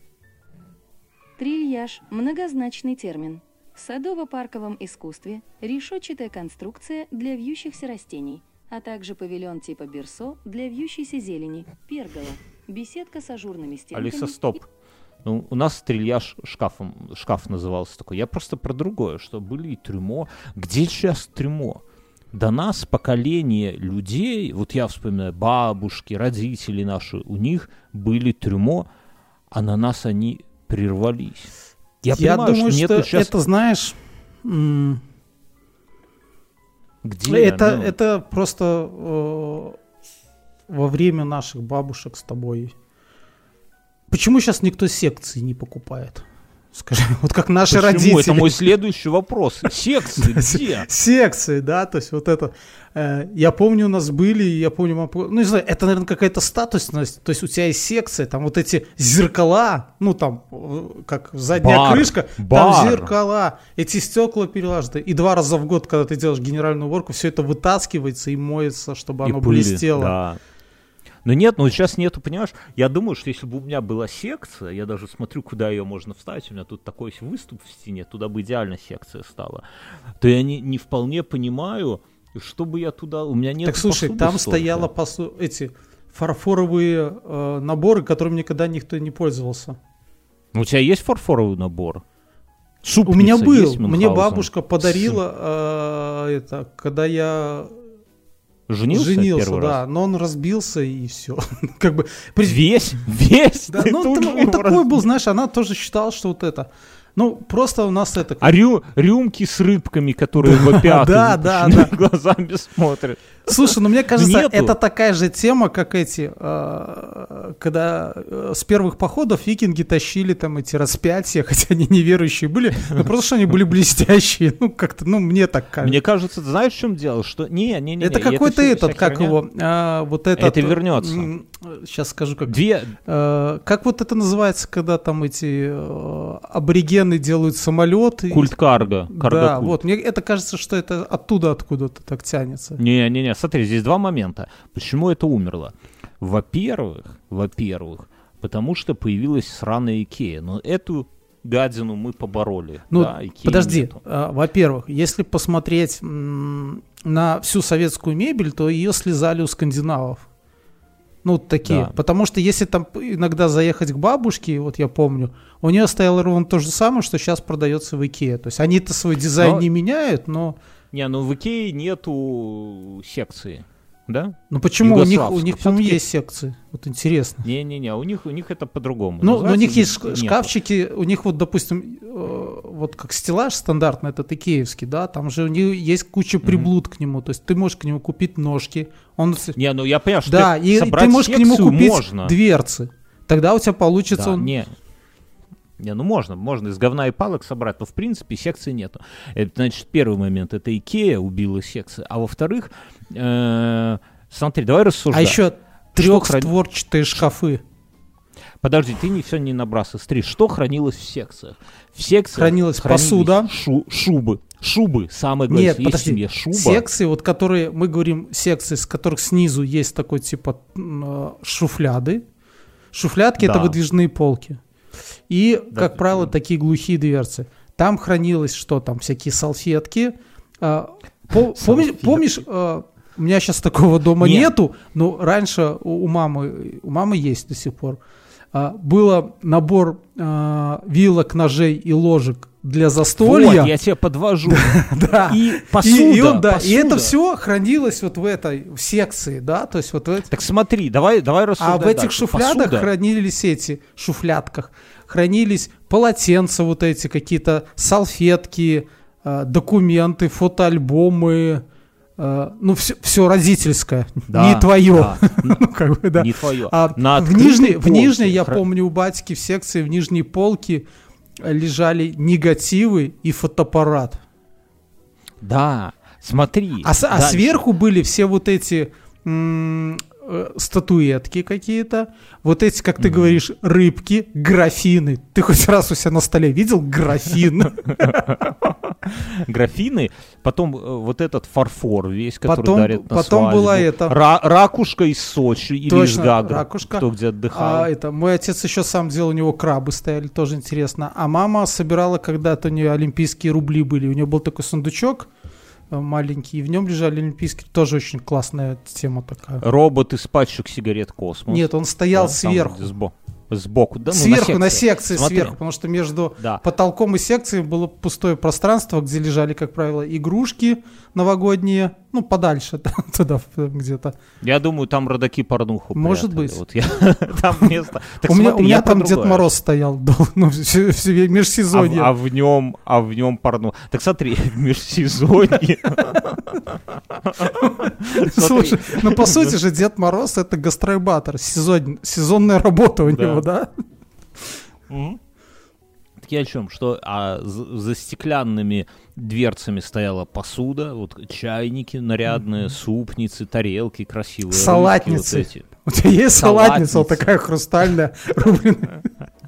Трильяж – многозначный термин. В садово-парковом искусстве решетчатая конструкция для вьющихся растений, а также павильон типа берсо для вьющейся зелени, пергола, беседка с ажурными стенками. Алиса, стоп. Ну, у нас трильяж шкаф назывался такой. Я просто про другое, что были и трюмо. Где сейчас трюмо? До нас поколение людей, вот я вспоминаю, бабушки, родители наши, у них были трюмо, а на нас они прервались. Я понимаю, думаю, что сейчас... это, знаешь, где? Это просто во время наших бабушек с тобой. Почему сейчас никто секции не покупает? Скажи, вот как наши родители. Это мой следующий вопрос. Секции где? Секции, да, то есть вот это. Я помню, у нас были, ну не знаю, это, наверное, какая-то статусность, то есть у тебя есть секция, там вот эти зеркала, ну там, как задняя крышка, там зеркала, эти стекла перелажены, и 2 раза в год, когда ты делаешь генеральную уборку, все это вытаскивается и моется, чтобы оно блестело. Да. Но нет, сейчас нету, понимаешь? Я думаю, что если бы у меня была секция, я даже смотрю, куда ее можно вставить, у меня тут такой выступ в стене, туда бы идеально секция стала, то я не вполне понимаю, чтобы я туда... У меня нет. Так слушай, там стояло эти фарфоровые наборы, которыми никогда никто не пользовался. У тебя есть фарфоровый набор? У меня был. Мне бабушка подарила это, когда я... Женился первый раз? Но он разбился и все. Как бы весь? Да, он такой был, знаешь, она тоже считала, что вот это Ну, просто у нас это... А рюмки с рыбками, которые вопят, да. глазами смотрят. Слушай, ну мне кажется, Нету. это такая же тема, как эти, когда с первых походов викинги тащили там эти распятия, хотя они неверующие были, но просто что они были блестящие, ну как-то, ну мне так кажется. Мне кажется, ты знаешь, в чем дело? Что не. Это какой-то это этот, как его, вот этот... Это вернется. Сейчас скажу, как... Как вот это называется, когда там эти аборигены делают самолеты? Культ карго. Да, вот, мне это кажется, что это оттуда откуда-то так тянется. Не, смотри, здесь два момента. Почему это умерло? Во-первых, потому что появилась сраная Икея. Но эту гадину мы побороли. Ну, да, подожди. Во-первых, если посмотреть на всю советскую мебель, то ее слезали у скандинавов. Ну, такие. Да. Потому что если там иногда заехать к бабушке, вот я помню, у нее стояло ровно то же самое, что сейчас продается в Икее. То есть они-то свой дизайн не меняют, но... Ну в Икее нету секции, да? Ну почему? У них по-моему, есть секции. Вот интересно. Не, у них это по-другому. Ну, у них есть шкафчики, у них вот, допустим, вот как стеллаж стандартный, этот икеевский, да, там же у них есть куча приблуд к нему, то есть ты можешь к нему купить ножки. Ну я понимаю, что да, и ты можешь к нему купить дверцы. Тогда у тебя получится... Да, ну можно из говна и палок собрать, но в принципе секции нету. Это, значит, первый момент, это Икея убила секции, а во-вторых, смотри, давай рассуждать. А еще трехстворчатые шкафы. Подожди, ты все не набрасывай. Смотри, что хранилось в секциях? В секциях хранилась посуда. Шубы, самое главное. Нет, подожди, шуба. Секции, вот которые, мы говорим, секции, с которых снизу есть такой типа шуфляды. Шуфлядки это выдвижные полки. И, как правило, такие глухие дверцы. Там хранилось что там? Всякие салфетки. Помнишь, у меня сейчас такого дома нету, но раньше у мамы есть до сих пор. Было набор вилок, ножей и ложек для застолья. Вот, я тебя подвожу. Да. И посуда. И это все хранилось вот в секции, да, то есть вот. Так смотри, давай рассуждать. А в этих шуфлядах хранились шуфлядках хранились полотенца вот эти, какие-то салфетки, документы, фотоальбомы. Ну, все родительское, да, не твое. Да. Не твое. А в нижней, я помню, у батьки в секции, в нижней полке лежали негативы и фотоаппарат. Да, смотри. А сверху были все вот эти статуэтки какие-то, вот эти, как ты говоришь, рыбки, графины. Ты хоть раз у себя на столе видел графин? Графины, потом вот этот фарфор весь, который дарят на потом свадьбу. Была это... Ракушка из Сочи или точно, из Гагры, ракушка. Кто где отдыхал. Мой отец еще сам делал, у него крабы стояли, тоже интересно. А мама собирала когда-то, у нее олимпийские рубли были, у нее был такой сундучок маленький, и в нем лежали олимпийские, тоже очень классная тема такая. Робот из пачек сигарет «Космос». Нет, он стоял сверху. Сбоку, да? Сверху, на секции сверху, потому что между потолком и секцией было пустое пространство, где лежали, как правило, игрушки новогодние, ну, подальше, туда где-то. Я думаю, там родаки порнуху может прятали. быть. Вот там место. У меня там Дед Мороз стоял, ну, межсезонье. А в нем порно. Так смотри, в межсезонье. Слушай, ну, по сути же, Дед Мороз — это гастробатор, сезонная работа у него. Да? Так я о чем? Что за стеклянными дверцами стояла посуда, вот чайники нарядные, супницы, тарелки красивые. Салатницы. Вот эти. У тебя есть салатница вот такая хрустальная, рубленая?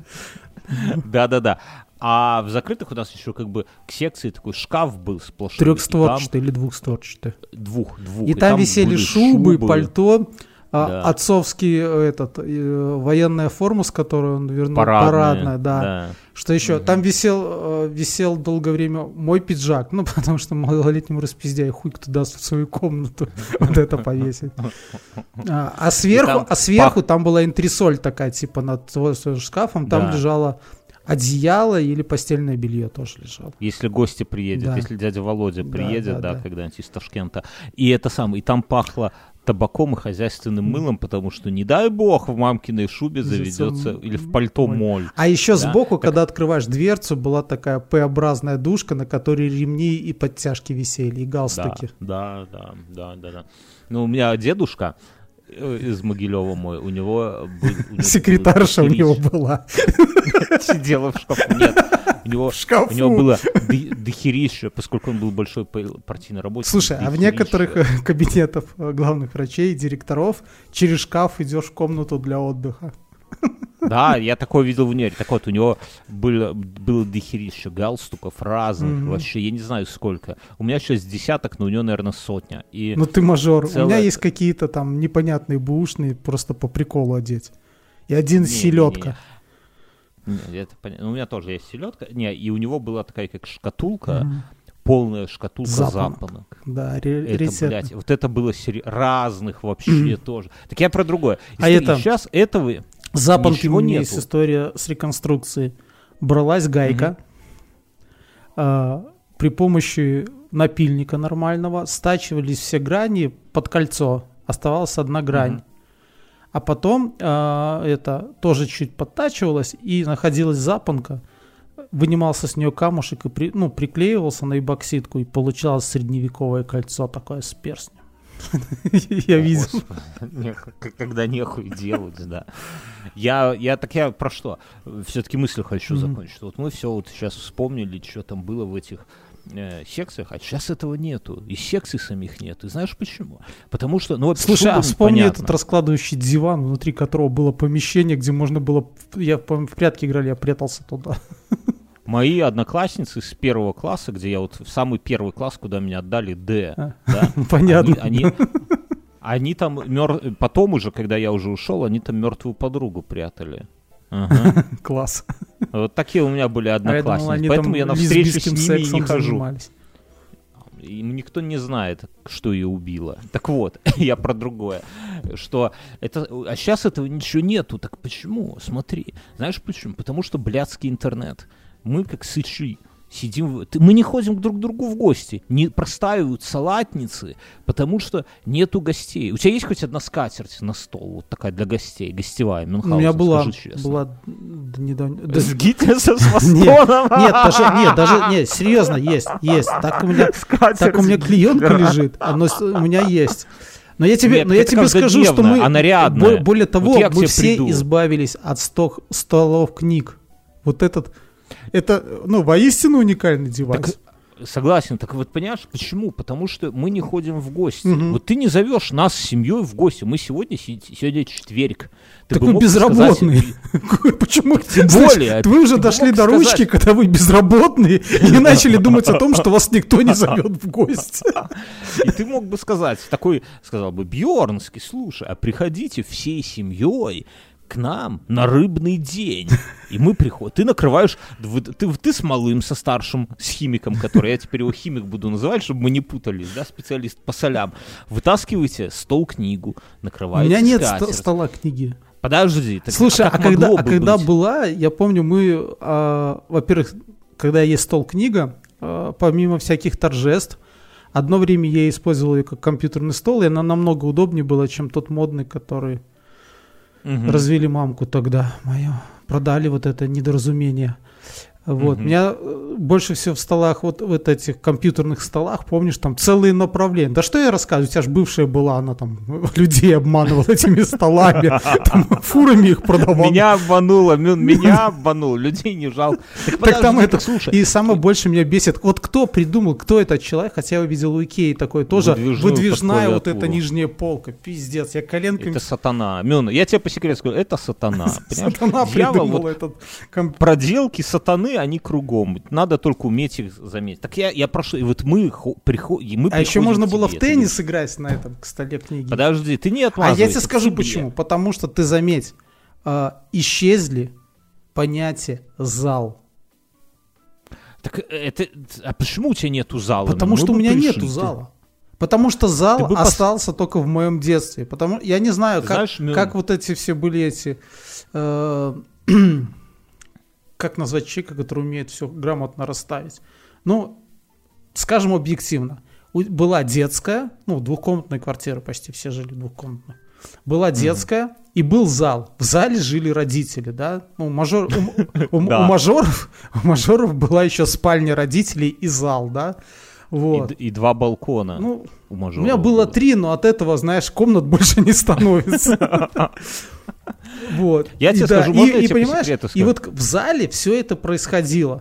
Да. А в закрытых у нас еще как бы к секции такой шкаф был сплошной. Трехстворчатый или двухстворчатый? Двух. И там висели шубы, пальто. Отцовский военная форма, с которой он вернул, парадная, да. Что еще? Там висел долгое время мой пиджак, ну, потому что малолетнему распиздяю хуй кто даст в свою комнату вот это повесить. А сверху там была антресоль такая, типа над шкафом, там лежало одеяло или постельное белье тоже лежало. Если гости приедут, если дядя Володя приедет, когда-нибудь из Ташкента. И это самое, и там пахло табаком и хозяйственным мылом, потому что, не дай бог, в мамкиной шубе заведется, или в пальто моль. А еще Да? сбоку, Так- когда открываешь дверцу, была такая П-образная душка, на которой ремни и подтяжки висели, и галстуки. Да. Ну, у меня дедушка из Могилева мой, у него был... Секретарша у него была. Сидела в шкафу. Нет, у него было дохерища, поскольку он был большой партийный работник. Слушай, а в некоторых кабинетах главных врачей, директоров, через шкаф идешь в комнату для отдыха. Да, я такое видел в универе. Так вот, у него было дохерища галстуков разных, вообще, я не знаю сколько. У меня сейчас десяток, но у него, наверное, сотня. И Ну ты мажор. У целое- меня есть какие-то там непонятные бэушные, просто по приколу одеть. И один селедка. Это понятно. У меня тоже есть селедка. Не, и у него была такая, как шкатулка, полная шкатулка запонок. Да, Это, рецепт. блядь, вот это было разных вообще тоже. Так я про другое. А это- Сейчас этого Запонки, ничего у меня нету. есть история с реконструкцией. Бралась гайка, при помощи напильника нормального стачивались все грани под кольцо, оставалась одна грань. А потом это тоже чуть подтачивалось, и находилась запонка, вынимался с нее камушек и приклеивался на эбоксидку, и получалось средневековое кольцо такое с перстнем. Я видел. Когда нехуй делать, да. Я про что? Все-таки мысль хочу закончить. Вот мы все вот сейчас вспомнили, что там было в этих секциях, а сейчас этого нету. И секций самих нет. И знаешь почему? Потому что, ну, Слушай, а вспомни понятно. этот раскладывающий диван, внутри которого было помещение, где можно было... Я, в прятки играли, я прятался туда. Мои одноклассницы с первого класса, где я вот в самый первый класс, куда меня отдали, да, Понятно. они там, потом уже, когда я уже ушел, они там мертвую подругу прятали. Ага. Класс. Вот такие у меня были А я думал, одноклассницы, они поэтому там я на встречу с лесбийским ними и сексом не хожу. занимались. И никто не знает, что ее убило. Так вот, я про другое. Что это, а сейчас этого ничего нету. Так почему? Смотри. Знаешь почему? Потому что блядский интернет. Мы как сычи сидим... Мы не ходим друг к другу в гости. Не простаивают салатницы, потому что нету гостей. У тебя есть хоть одна скатерть на стол? Вот такая для гостей, гостевая, У Мюнхгаузен, меня была недавно... С Гитлером, с Нет, Мастоном? нет, серьезно, есть. Так у меня клеенка лежит, у меня есть. Но я тебе скажу, что мы, она рядная. более того, Вот я к мы тебе все приду. избавились от столов книг. Вот это, воистину уникальный девайс. Так, согласен, так вот понимаешь, почему? Потому что мы не ходим в гости. Вот ты не зовешь нас с семьей в гости. Мы сегодня четверг. Ты Так бы вы мог безработные. сказать- Почему? Тем более, Вы уже ты дошли мог до ручки, сказать. когда вы безработные, и начали думать о том, что вас никто не зовет в гости. И ты мог бы сказать, сказал бы, Бьернский, слушай, а приходите всей семьей к нам на рыбный день. И мы приходим. Ты накрываешь... Ты с малым, со старшим, с химиком, который... Я теперь его химик буду называть, чтобы мы не путались, да, специалист по солям. Вытаскиваете стол-книгу, У накрываете меня нет скатерть. стола книги. Подожди. Так, Слушай, как могло бы когда быть? была, я помню, мы, во-первых, когда есть стол-книга, помимо всяких торжеств, одно время я использовал ее как компьютерный стол, и она намного удобнее была, чем тот модный, который развели мамку тогда мою. Продали вот это недоразумение. Вот. Меня больше всего в столах, вот в этих компьютерных столах, помнишь, там целые направления. Да что я рассказываю, у тебя же бывшая была, она там людей обманывала этими столами, там фурами их продавала. Меня обманул, людей не жалко. Так там это, слушай. и самое больше меня бесит, вот кто придумал, кто этот человек, хотя я увидел у Икеи такой тоже, выдвижная вот эта нижняя полка, пиздец, я коленками... Это сатана. Мюна, я тебе по секрету скажу, это сатана. Сатана Дьявол, придумал вот этот... проделки сатаны, они кругом. Надо только уметь их заметить. Так я прошу, и вот мы приходим. А еще можно было в теннис играть на этом столе книги. Подожди, ты не А отмазывайся. я тебе скажу почему. Потому что, ты заметь, исчезли понятия «зал». Так а почему у тебя нету зала? Потому что у меня нету зала. Потому что зал бы остался только в моем детстве. Потому я не знаю, Знаешь, как вот эти все были эти... как назвать человека, который умеет все грамотно расставить. Ну, скажем объективно. была детская, ну, двухкомнатная квартира, почти все жили двухкомнатно. Была детская, и был зал. В зале жили родители, да. Ну, у мажоров была еще спальня родителей и зал, да. Вот. И 2 балкона. Ну, у меня было 3, но от этого, знаешь, комнат больше не становится. Вот. Я тебе скажу, можно я тебе по секрету скажу? И вот в зале все это происходило.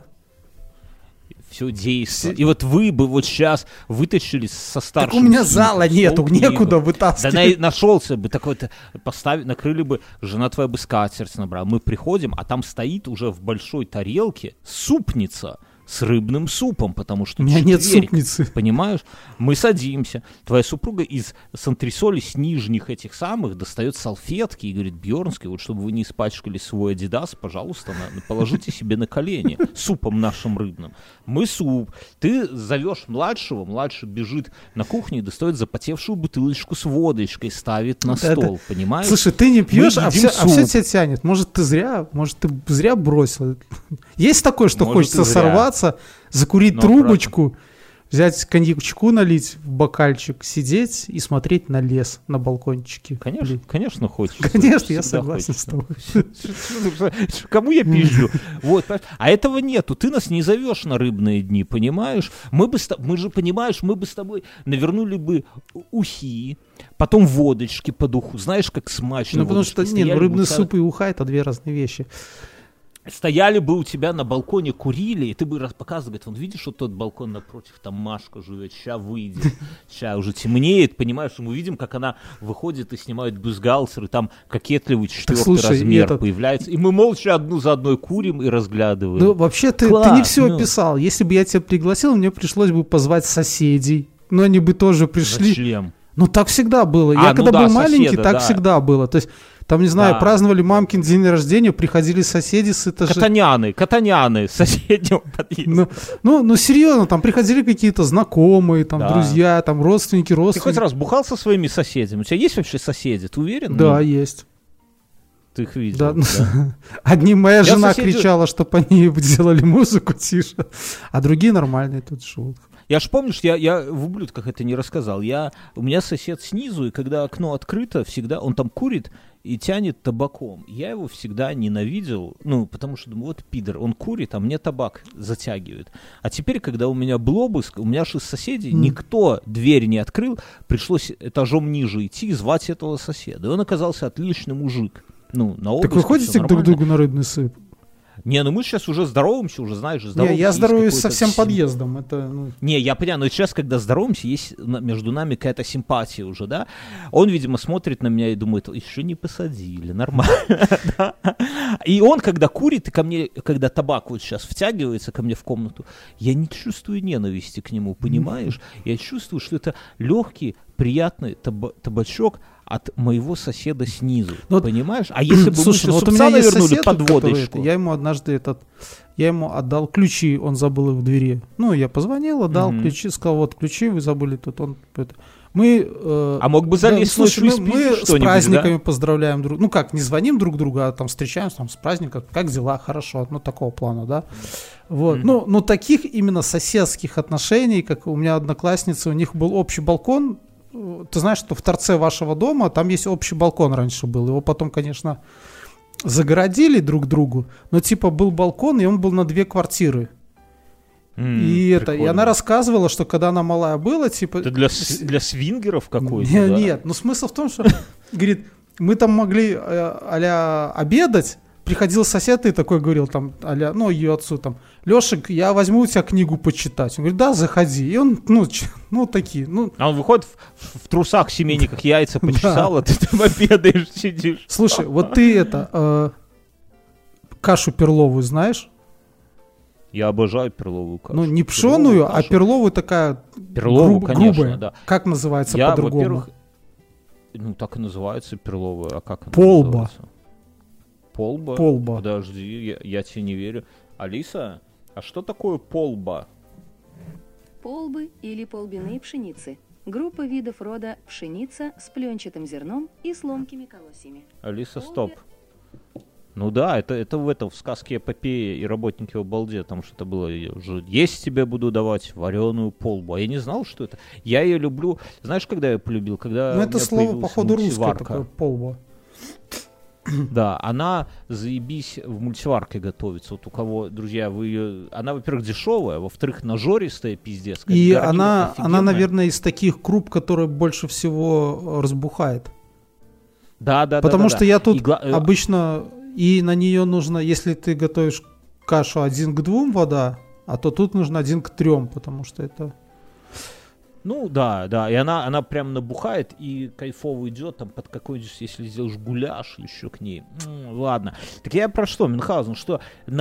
Все действие. И вот вы бы вот сейчас вытащили со старшим... Так у меня зала нету, некуда вытаскивать. Да нашелся бы такой-то, накрыли бы, жена твоя бы скатерть набрала. Мы приходим, а там стоит уже в большой тарелке супница с рыбным супом, потому что... У меня нет супницы. Понимаешь? Мы садимся. Твоя супруга из антресоли с нижних этих самых достает салфетки и говорит: Бьернский, вот чтобы вы не испачкали свой Адидас, пожалуйста, положите себе на колени супом нашим рыбным. Мы суп. Ты зовешь младшего, младший бежит на кухню и достает запотевшую бутылочку с водочкой, ставит на стол, понимаешь? Слушай, ты не пьешь, а все тебя тянет. Может, ты зря бросил. Есть такое, что хочется сорваться, закурить трубочку, взять коньячку, налить в бокальчик, сидеть и смотреть на лес на балкончике. Конечно, хочется. Конечно, я согласен с тобой. Кому я пизжу? Вот, а этого нету. Ты нас не зовешь на рыбные дни, понимаешь? Мы же, понимаешь, мы бы с тобой навернули бы ухи, потом водочки по духу. Знаешь, как смачно. Ну, потому что, рыбный суп и уха — это 2 разные вещи. Стояли бы у тебя на балконе, курили, и ты бы показывал, говорит, вон видишь, вот тот балкон напротив, там Машка живет, ща выйдет, ща уже темнеет, понимаешь, мы видим, как она выходит и снимает бюстгальтер, и там кокетливый 4-й размер появляется, и мы молча одну за одной курим и разглядываем. Ну, вообще, ты не все описал. Если бы я тебя пригласил, мне пришлось бы позвать соседей, но они бы тоже пришли. Зачем? Ну, так всегда было. Я когда был маленький, так всегда было. То есть, там, не знаю, праздновали мамкин день рождения, приходили соседи с этажа. Катаняны, соседнего подъезда. Ну, серьезно, там приходили какие-то знакомые, там, друзья, там, родственники. Ты хоть раз бухал со своими соседями? У тебя есть вообще соседи, ты уверен? Да, есть. Ты их видел? Да. Одни моя жена кричала, чтобы они делали музыку тише, а другие нормальные тут живут. Я ж помнишь, я в ублюдках это не рассказал. У меня сосед снизу, и когда окно открыто, всегда он там курит и тянет табаком. Я его всегда ненавидел, потому что думаю, вот пидор, он курит, а мне табак затягивает. А теперь, когда у меня был обыск, у меня же из соседей никто дверь не открыл, пришлось этажом ниже идти и звать этого соседа. И он оказался отличный мужик. На обыск. Так вы ходите друг к другу на рыбный суп? Не, мы сейчас уже здороваемся, уже знаешь, здороваемся. Я здороваюсь со всем подъездом. Не, я понимаю, но сейчас, когда здороваемся, есть между нами какая-то симпатия уже, да? Он, видимо, смотрит на меня и думает, еще не посадили, нормально. И он, когда курит, и ко мне, когда табак вот сейчас втягивается ко мне в комнату, я не чувствую ненависти к нему, понимаешь? Я чувствую, что это легкий, приятный табачок от моего соседа снизу, понимаешь? А если бы мы еще супца навернули под водочку? Я ему однажды отдал ключи, он забыл их в двери. Я позвонил, отдал ключи, сказал, вот ключи, вы забыли тут. А мог бы залезть ночью и спиздить что-нибудь, да? Мы с праздниками поздравляем друг друга. Не звоним друг другу, а там встречаемся с праздником. Как дела? Хорошо. Такого плана, да? Вот. Таких именно соседских отношений, как у меня одноклассницы, у них был общий балкон. Ты знаешь, что в торце вашего дома там есть общий балкон раньше был. Его потом, конечно, загородили друг другу, но был балкон, и он был на 2 квартиры. И она рассказывала, что когда она малая была, Это для свингеров какой-то? Нет, смысл в том, что, говорит, мы там могли а-ля обедать, приходил сосед и такой говорил, там, а-ля, ее отцу, там, Лешек, я возьму у тебя книгу почитать. Он говорит, да, заходи. И он, такие, А он выходит в трусах, семейниках, яйца почесал, а ты там обедаешь, сидишь. Слушай, вот ты кашу перловую знаешь? Я обожаю перловую кашу. Не пшеную, а перловую такая грубая. Да. Как называется по-другому? Во-первых, так и называется перловая. А как она Полба. Называется? Полба. Подожди, я тебе не верю. Алиса, а что такое полба? Полбы или полбяные пшеницы. Группа видов рода пшеница с пленчатым зерном и с ломкими колосьями. Алиса, стоп. Ну да, это в сказке «Эпопея» и «Работники в балде», там что-то было, уже есть тебе буду давать вареную полбу. А я не знал, что это. Я ее люблю. Знаешь, когда я полюбил? Когда Ну, это слово, походу, русское такое, полба. Да, она, заебись, в мультиварке готовится. Вот у кого, друзья, вы ее... Она, во-первых, дешевая, во-вторых, нажористая, пиздец. И она, наверное, из таких круп, которые больше всего разбухает. Да. Потому что я тут обычно... И на нее нужно, если ты готовишь кашу 1:2 вода, а то тут нужно 1:3, потому что это... Ну да, и она прям набухает и кайфово идет там под какой-нибудь, если сделаешь гуляш еще к ней. Ладно. Так я про что, Мюнхгаузен, что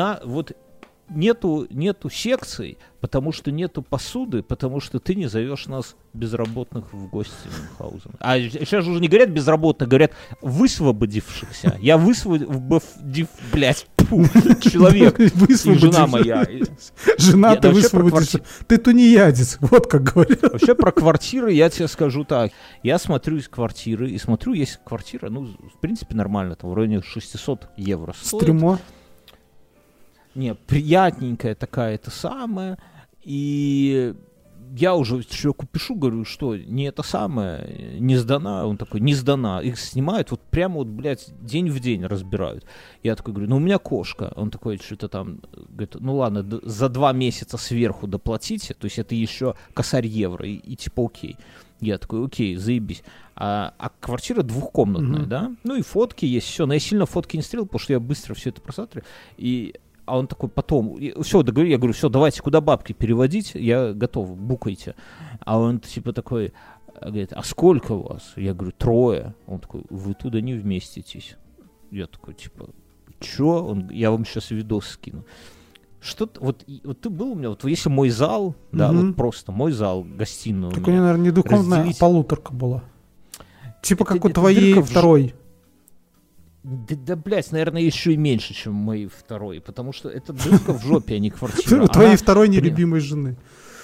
нету секций, потому что нету посуды, потому что ты не зовешь нас безработных в гости, Мюнхгаузен. А сейчас уже не говорят безработных, говорят высвободившихся. Я высвободив, блядь, человек. И жена моя. Жена-то высвободится. Ты тунеядец, вот как говорят. Вообще про квартиры я тебе скажу так. Я смотрю из квартиры, и смотрю, есть квартира, ну, в принципе, нормально, там в районе 600 евро стоит. Стрюмо. Не, приятненькая такая, это самое. И я уже человеку пишу, говорю, что не это самое, не сдана. Он такой, не сдана. Их снимают, вот прямо вот, блядь, день в день разбирают. Я такой говорю, ну у меня кошка. Он такой, что-то там, говорит, ну ладно, за 2 месяца сверху доплатите. То есть это еще косарь евро, и типа окей. Я такой, окей, заебись. А квартира двухкомнатная, да? Ну и фотки есть, все. Но я сильно фотки не стрелил, потому что я быстро все это просматриваю. А он такой потом, все, договорю, я говорю, все, давайте, куда бабки переводить, я готов, букайте. А он типа такой, говорит, а сколько у вас? Я говорю, 3. Он такой, вы туда не вместитесь. Я такой, типа, чё? Я вам сейчас видос скину. Что-то, вот ты был у меня, вот если мой зал, да, вот просто мой зал, гостиную. Так у меня, наверное, не двухкомнатная, а полуторка была. Типа как у твоей второй. Да, блядь, наверное, еще и меньше, чем моей второй, потому что это дырка в жопе, а не квартира. У твоей второй нелюбимой жены.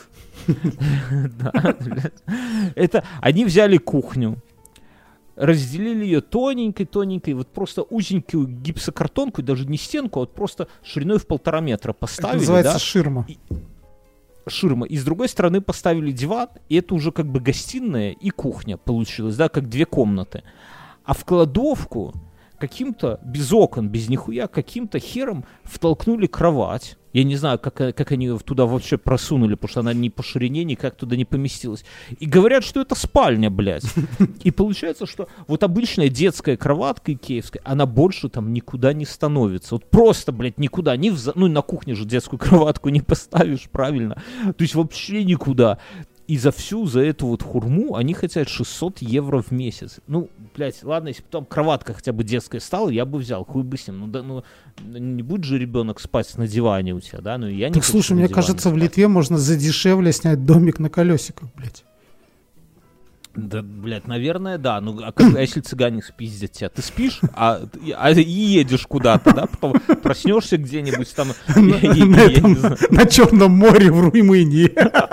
Да, блядь. Это они взяли кухню, разделили ее тоненькой, вот просто узенькую гипсокартонку, даже не стенку, а вот просто шириной в 1,5 метра поставили. Это называется ширма. Ширма. И с другой стороны поставили диван, и это уже как бы гостиная и кухня получилась, да, как 2 комнаты. А в кладовку каким-то, без окон, без нихуя, каким-то хером втолкнули кровать. Я не знаю, как они ее туда вообще просунули, потому что она ни по ширине никак туда не поместилась. И говорят, что это спальня, блядь. И получается, что вот обычная детская кроватка икеевская, она больше там никуда не становится. Вот просто, блядь, никуда. Ну, на кухне же детскую кроватку не поставишь, правильно? То есть вообще никуда. И за эту вот хурму они хотят 600 евро в месяц. Ну, блядь, ладно, если потом кроватка хотя бы детская стала, я бы взял, хуй бы с ним. Ну, не будет же ребенок спать на диване у тебя, да? Ну, я не так, слушай, мне кажется, спать. В Литве можно задешевле снять домик на колесиках, блядь. Да, блядь, наверное, да. Ну, а если цыгане спиздят тебя? Ты спишь, и едешь куда-то, да? Потом проснешься где-нибудь там... На Черном море в Румынии.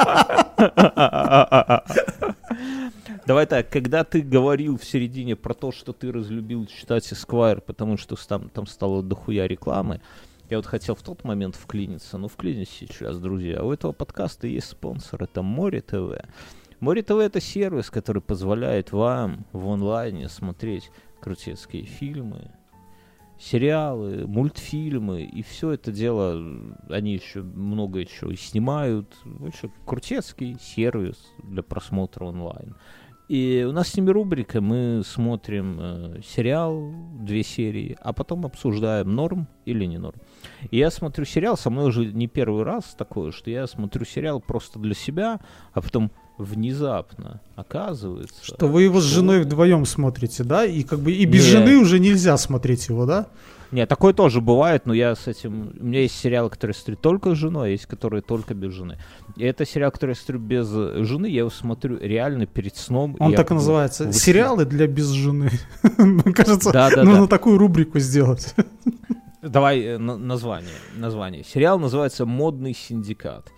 Давай так, когда ты говорил в середине про то, что ты разлюбил читать Esquire, потому что там стало дохуя рекламы, я вот хотел в тот момент вклиниться, но вклинюсь сейчас, друзья. У этого подкаста есть спонсор, это Море ТВ. Море ТВ — это сервис, который позволяет вам в онлайне смотреть крутецкие фильмы, сериалы, мультфильмы, и все это дело, они еще много чего снимают. Вообще крутецкий сервис для просмотра онлайн. И у нас с ними рубрика, мы смотрим сериал, 2 серии, а потом обсуждаем, норм или не норм. И я смотрю сериал, со мной уже не первый раз такое, что я смотрю сериал просто для себя, а потом внезапно оказывается... Что вы его с женой вдвоем смотрите, да? И как бы и без жены уже нельзя смотреть его, да? Нет, такое тоже бывает, но я с этим... У меня есть сериалы, которые я смотрю только с женой, а есть, которые только без жены. И это сериал, который я смотрю без жены, я его смотрю реально перед сном. Он так и называется. Сериалы для без жены. Мне кажется, нужно такую рубрику сделать. Давай название. Сериал называется «Модный синдикат».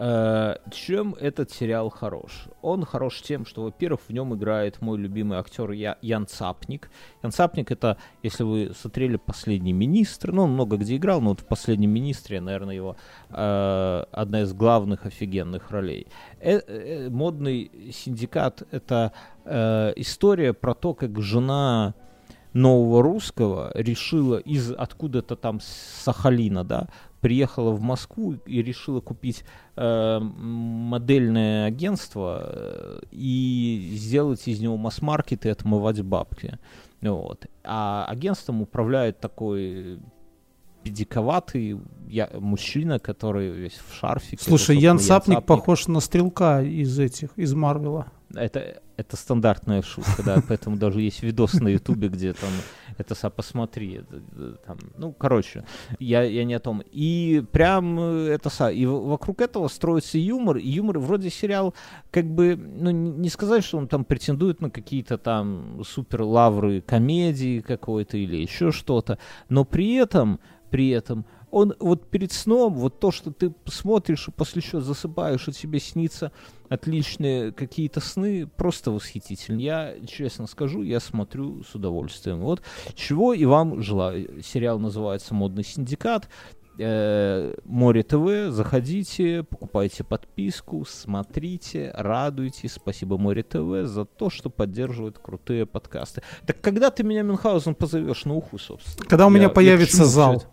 Чем этот сериал хорош? Он хорош тем, что, во-первых, в нем играет мой любимый актер Ян Цапник. Ян Цапник — это, если вы смотрели «Последний министр», ну, он много где играл, но вот в «Последнем министре», наверное, его одна из главных офигенных ролей. «Модный синдикат» — это история про то, как жена нового русского решила из откуда-то там с Сахалина, да, приехала в Москву и решила купить модельное агентство и сделать из него масс-маркет и отмывать бабки. Вот. А агентством управляет такой педиковатый мужчина, который весь в шарфике. Слушай, Ян Цапник похож на Стрелка из Марвела. Это стандартная шутка, да, поэтому даже есть видос на Ютубе, где там посмотри, там, ну, короче, я не о том. И прям и вокруг этого строится юмор, и юмор вроде сериал, как бы, ну, не сказать, что он там претендует на какие-то там супер лавры комедии какой-то или еще что-то, но при этом он вот перед сном, вот то, что ты смотришь и после чего засыпаешь, и тебе снится отличные какие-то сны, просто восхитительно. Я, честно скажу, я смотрю с удовольствием. Вот чего и вам желаю. Сериал называется «Модный синдикат». Море ТВ, заходите, покупайте подписку, смотрите, радуйтесь. Спасибо Море ТВ за то, что поддерживает крутые подкасты. Так когда ты меня, Мюнхгаузен, позовешь на уху, собственно? Когда у меня появится зал.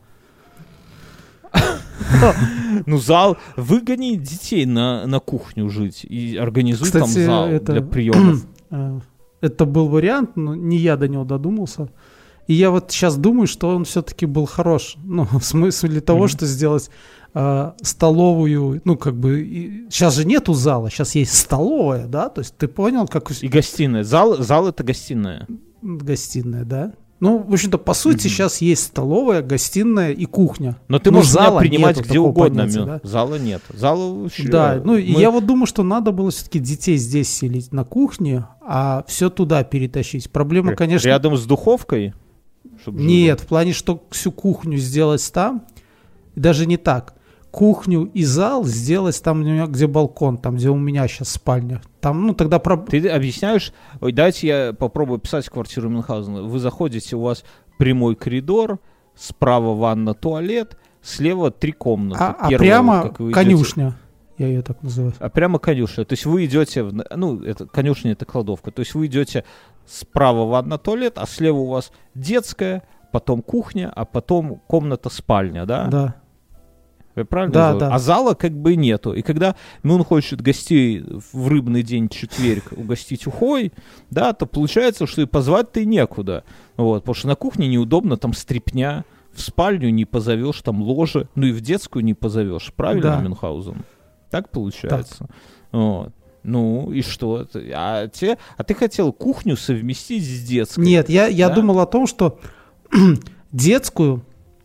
Ну, зал, выгони детей на кухню жить и организуй, кстати, там зал для приемов. Это был вариант, но не я до него додумался. И я вот сейчас думаю, что он все-таки был хорош. Ну, в смысле того, что сделать столовую, ну, как бы, сейчас же нету зала, сейчас есть столовая, да? То есть ты понял, как... И гостиная. Зал это гостиная. Гостиная, да. Ну, в общем-то, по сути, сейчас есть столовая, гостиная и кухня. Но ты можешь зала принимать где угодно. Да? Зала нет. Зала вообще... Да, ну, я вот думаю, что надо было все-таки детей здесь селить на кухне, а все туда перетащить. Проблема, конечно... Рядом с духовкой? Нет, в плане, что всю кухню сделать там, даже не так. Кухню и зал сделать там, где балкон, там, где у меня сейчас спальня. Там, ну, тогда... Ты объясняешь... Ой, дайте я попробую писать квартиру Мюнхгаузена. Вы заходите, у вас прямой коридор, справа ванна, туалет, слева 3 комнаты. Первая, прямо конюшня. Я ее так называю. А прямо конюшня. То есть вы идете... конюшня — это кладовка. То есть вы идете справа ванна, туалет, а слева у вас детская, потом кухня, а потом комната-спальня, да? Да. Я правильно говорю? Да. А зала как бы нету. И когда он хочет гостей в рыбный день, четверг, угостить ухой, да, то получается, что и позвать-то и некуда. Вот, потому что на кухне неудобно, там стряпня, в спальню не позовешь, там ложе, ну и в детскую не позовешь. Правильно, да. Мюнхгаузен? Так получается. Так. Вот. Ну и что? А ты хотел кухню совместить с детской? Нет, я думал о том, что детскую...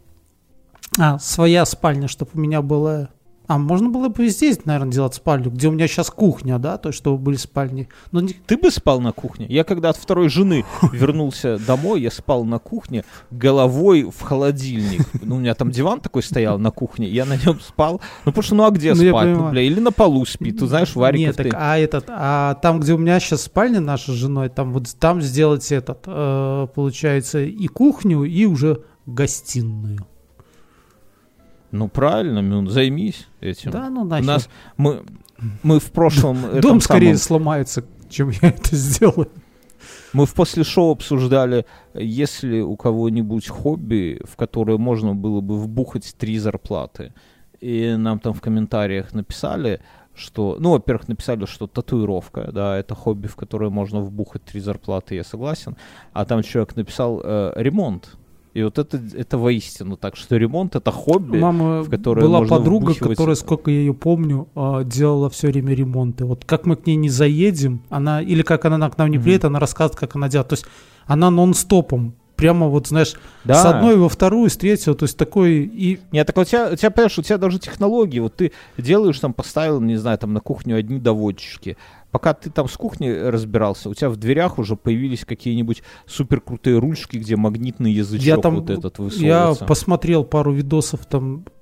своя спальня, чтобы у меня была... можно было бы здесь, наверное, делать спальню, где у меня сейчас кухня, да, то есть, чтобы были спальни. Но... Ты бы спал на кухне? Я когда от второй жены вернулся домой, я спал на кухне головой в холодильник. Ну, у меня там диван такой стоял на кухне, я на нем спал. Ну, потому что, а где спать? Ну, бля, или на полу спит, ты знаешь, вариков ты... Нет, а там, где у меня сейчас спальня наша с женой, там сделать получается, и кухню, и уже гостиную. Ну, правильно, займись этим. Да, ну, нахер. У нас, мы в прошлом... Дом скорее сломается, чем я это сделаю. Мы в после шоу обсуждали, если у кого-нибудь хобби, в которое можно было бы вбухать 3 зарплаты. И нам там в комментариях написали, что... Ну, во-первых, написали, что татуировка, да, это хобби, в которое можно вбухать 3 зарплаты, я согласен. А там человек написал ремонт. И вот это воистину так, что ремонт — это хобби, в которое была можно подруга, вбухивать... которая, сколько я ее помню, делала все время ремонты. Вот как мы к ней не заедем, или как она к нам не приедет, она рассказывает, как она делает. То есть она нон-стопом, прямо вот, знаешь, да. С одной во вторую, с третьего, то есть такой... Нет, так у тебя, понимаешь, у тебя даже технологии, вот ты делаешь, там, поставил, не знаю, там, на кухню одни доводчики. Пока ты там с кухней разбирался, у тебя в дверях уже появились какие-нибудь суперкрутые ручки, где магнитный язычок вот этот высовывается. Я посмотрел пару видосов там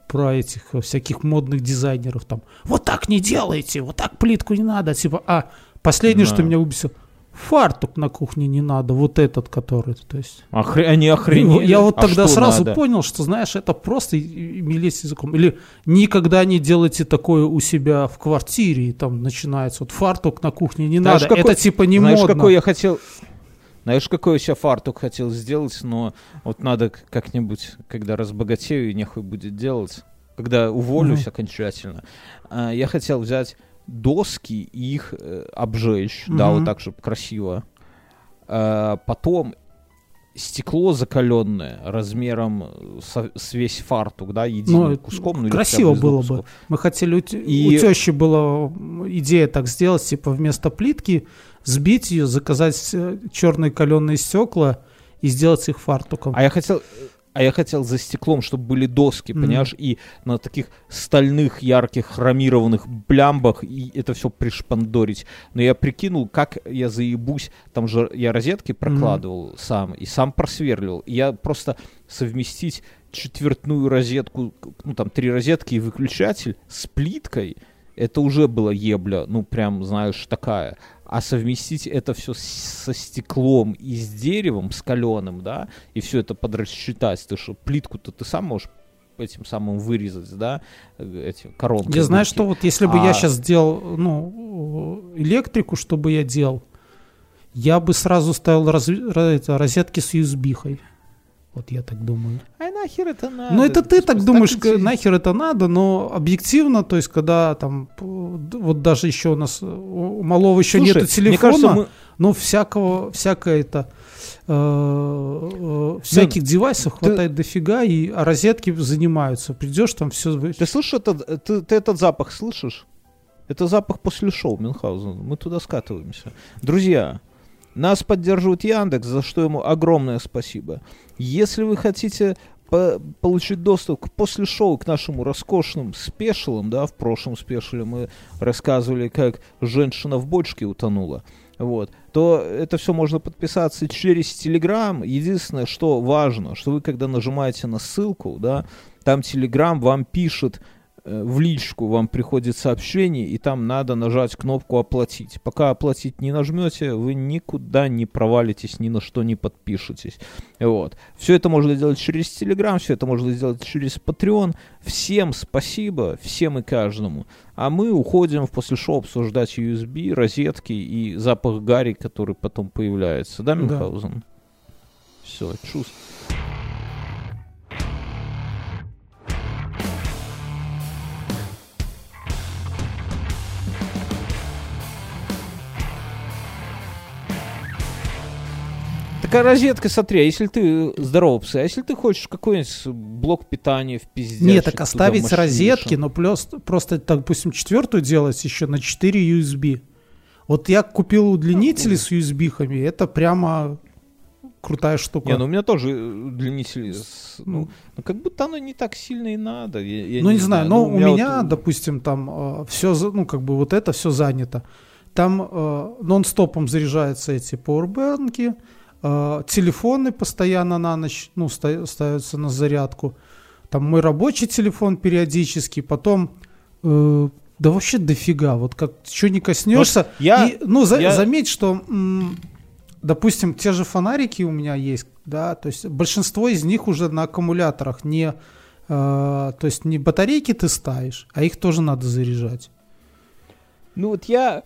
про этих всяких модных дизайнеров, там, вот так не делайте, вот так плитку не надо, типа, последнее, что меня выбесило, фартук на кухне не надо, вот этот, который, то есть... Они охренели. Я вот тогда сразу надо? понял, что, знаешь, это просто мелись языком. Или никогда не делайте такое у себя в квартире, и там начинается вот фартук на кухне не надо, это типа не знаешь, модно. Знаешь, какой я себе фартук хотел сделать, но вот надо как-нибудь, когда разбогатею и нехуй будет делать, когда уволюсь окончательно, я хотел взять доски и их обжечь, да, вот так, чтобы красиво. Потом стекло закаленное размером с весь фартук, да, единым куском. Красиво было бы. Мы хотели, у тещи была идея так сделать, типа вместо плитки сбить ее, заказать черные каленые стекла и сделать их фартуком. А я хотел за стеклом, чтобы были доски, понимаешь, и на таких стальных, ярких, хромированных блямбах, и это все пришпандорить. Но я прикинул, как я заебусь, там же я розетки прокладывал сам, и сам просверливал. И я просто совместить четвертную розетку, ну там 3 розетки и выключатель с плиткой, это уже была ебля, ну прям, знаешь, такая. А совместить это все со стеклом и с деревом, с каленым, да, и все это подрасчитать, ты что, плитку-то ты сам можешь этим самым вырезать, да, эти коронки. Я знаю, что вот если бы я сейчас сделал, электрику, что бы я делал, я бы сразу ставил розетки с USB-хой. Вот я так думаю. А нахер это надо? Ну, это ты так думаешь, нахер это надо, но объективно, то есть, когда там, вот даже еще у нас, у малого еще нету телефона, мне кажется, но всякое это, всяких девайсов хватает дофига, а розетки занимаются. Придешь, там все... Ты слышишь, ты этот запах слышишь? Это запах после шоу Мюнхгаузена. Мы туда скатываемся. Друзья, нас поддерживает Яндекс, за что ему огромное спасибо. Если вы хотите получить доступ к после шоу, к нашему роскошным спешалам, да, в прошлом спешале мы рассказывали, как женщина в бочке утонула, вот, то это все можно подписаться через Telegram. Единственное, что важно, что вы, когда нажимаете на ссылку, да, там Telegram вам пишет, в личку вам приходит сообщение, и там надо нажать кнопку «Оплатить». Пока «Оплатить» не нажмете, вы никуда не провалитесь, ни на что не подпишетесь. Вот. Все это можно сделать через Telegram, все это можно сделать через Patreon. Всем спасибо, всем и каждому. А мы уходим в после шоу обсуждать USB, розетки и запах гари, который потом появляется. Да, Мюнхгаузен? Да. Все, чувствую. Такая розетка, смотри, а если ты, здорово, псы, а если ты хочешь какой-нибудь блок питания в пизде? Нет, так оставить розетки, но просто, допустим, 4-ю делать еще на 4 USB. Вот я купил удлинители с USB-хами, это прямо крутая штука. Не, ну у меня тоже удлинители, ну как будто оно не так сильно и надо. Я не знаю, но у меня, вот... допустим, там все, ну как бы вот это все занято. Там нон-стопом заряжаются эти пауэрбэнки, телефоны постоянно на ночь, ну, ставятся на зарядку. Там мой рабочий телефон периодически, потом да вообще дофига. Вот как что не коснешься. Заметь, что допустим, те же фонарики у меня есть, да, то есть большинство из них уже на аккумуляторах, то есть не батарейки ты ставишь, а их тоже надо заряжать. Ну вот я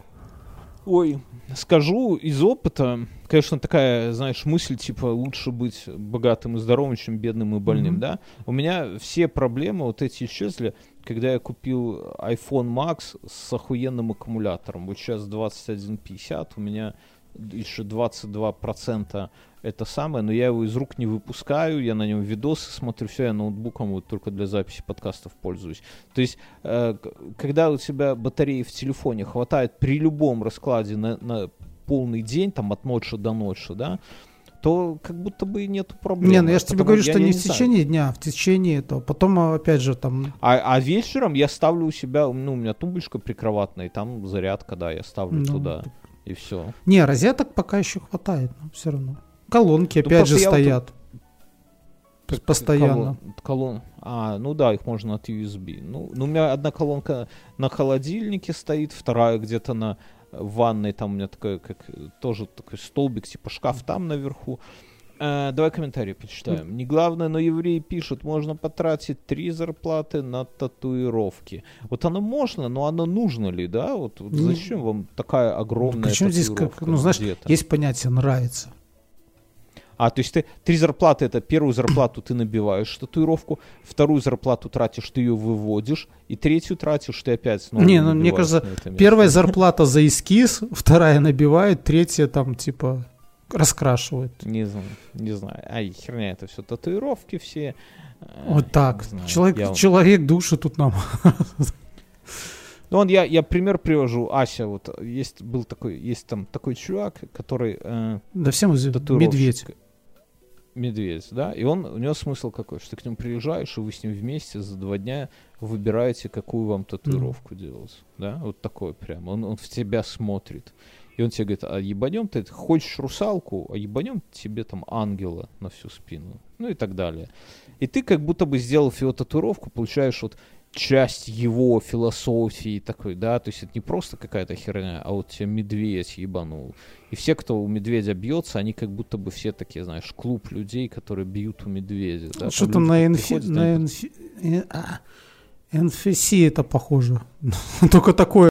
скажу из опыта, конечно, такая, знаешь, мысль, типа, лучше быть богатым и здоровым, чем бедным и больным, да? У меня все проблемы вот эти исчезли, когда я купил iPhone Max с охуенным аккумулятором. Вот сейчас 2150, у меня еще 22% это самое, но я его из рук не выпускаю, я на нем видосы смотрю, все, я ноутбуком вот только для записи подкастов пользуюсь. То есть, когда у тебя батареи в телефоне хватает при любом раскладе на полный день, там от ночи до ночи, да, то как будто бы нету проблем. Не, ну я же тебе говорю, что не в течение дня, а в течение этого. Потом, опять же, там... А вечером я ставлю у себя, у меня тумбочка прикроватная, и там зарядка, да, я ставлю туда, и все. Не, розеток пока еще хватает, но все равно. Колонки опять же стоят. постоянно. Ну да, их можно от USB. Ну, у меня одна колонка на холодильнике стоит, вторая где-то на ванной, там у меня тоже такой столбик, типа шкаф там наверху. Давай комментарии почитаем. Не главное, но евреи пишут, можно потратить 3 зарплаты на татуировки. Вот оно можно, но оно нужно ли, да? Вот зачем вам такая огромная Причем татуировка? здесь, знаешь, есть понятие «нравится». То есть ты 3 зарплаты, это первую зарплату ты набиваешь татуировку, вторую зарплату тратишь, ты ее выводишь, и третью тратишь, ты опять снова набиваешь. Мне кажется, первая зарплата за эскиз, вторая набивает, третья там типа раскрашивает. Не знаю. Херня это все, татуировки все. Вот так. Человек души тут нам. Ну, я пример привожу. Ася, вот есть там такой чувак, который... Да всем медведь. Медведь, да, и у него смысл какой, что ты к нему приезжаешь, и вы с ним вместе за 2 дня выбираете, какую вам татуировку делать, да, вот такой прям, он в тебя смотрит, и он тебе говорит, а ебанем ты хочешь русалку, а ебанем тебе там ангела на всю спину, ну и так далее. И ты как будто бы, сделав его татуировку, получаешь вот часть его философии такой, да, то есть это не просто какая-то херня, а вот тебе медведь ебанул. И все, кто у медведя бьется, они как будто бы все такие, знаешь, клуб людей, которые бьют у медведя. Да? Что там на NFC это похоже. Только такое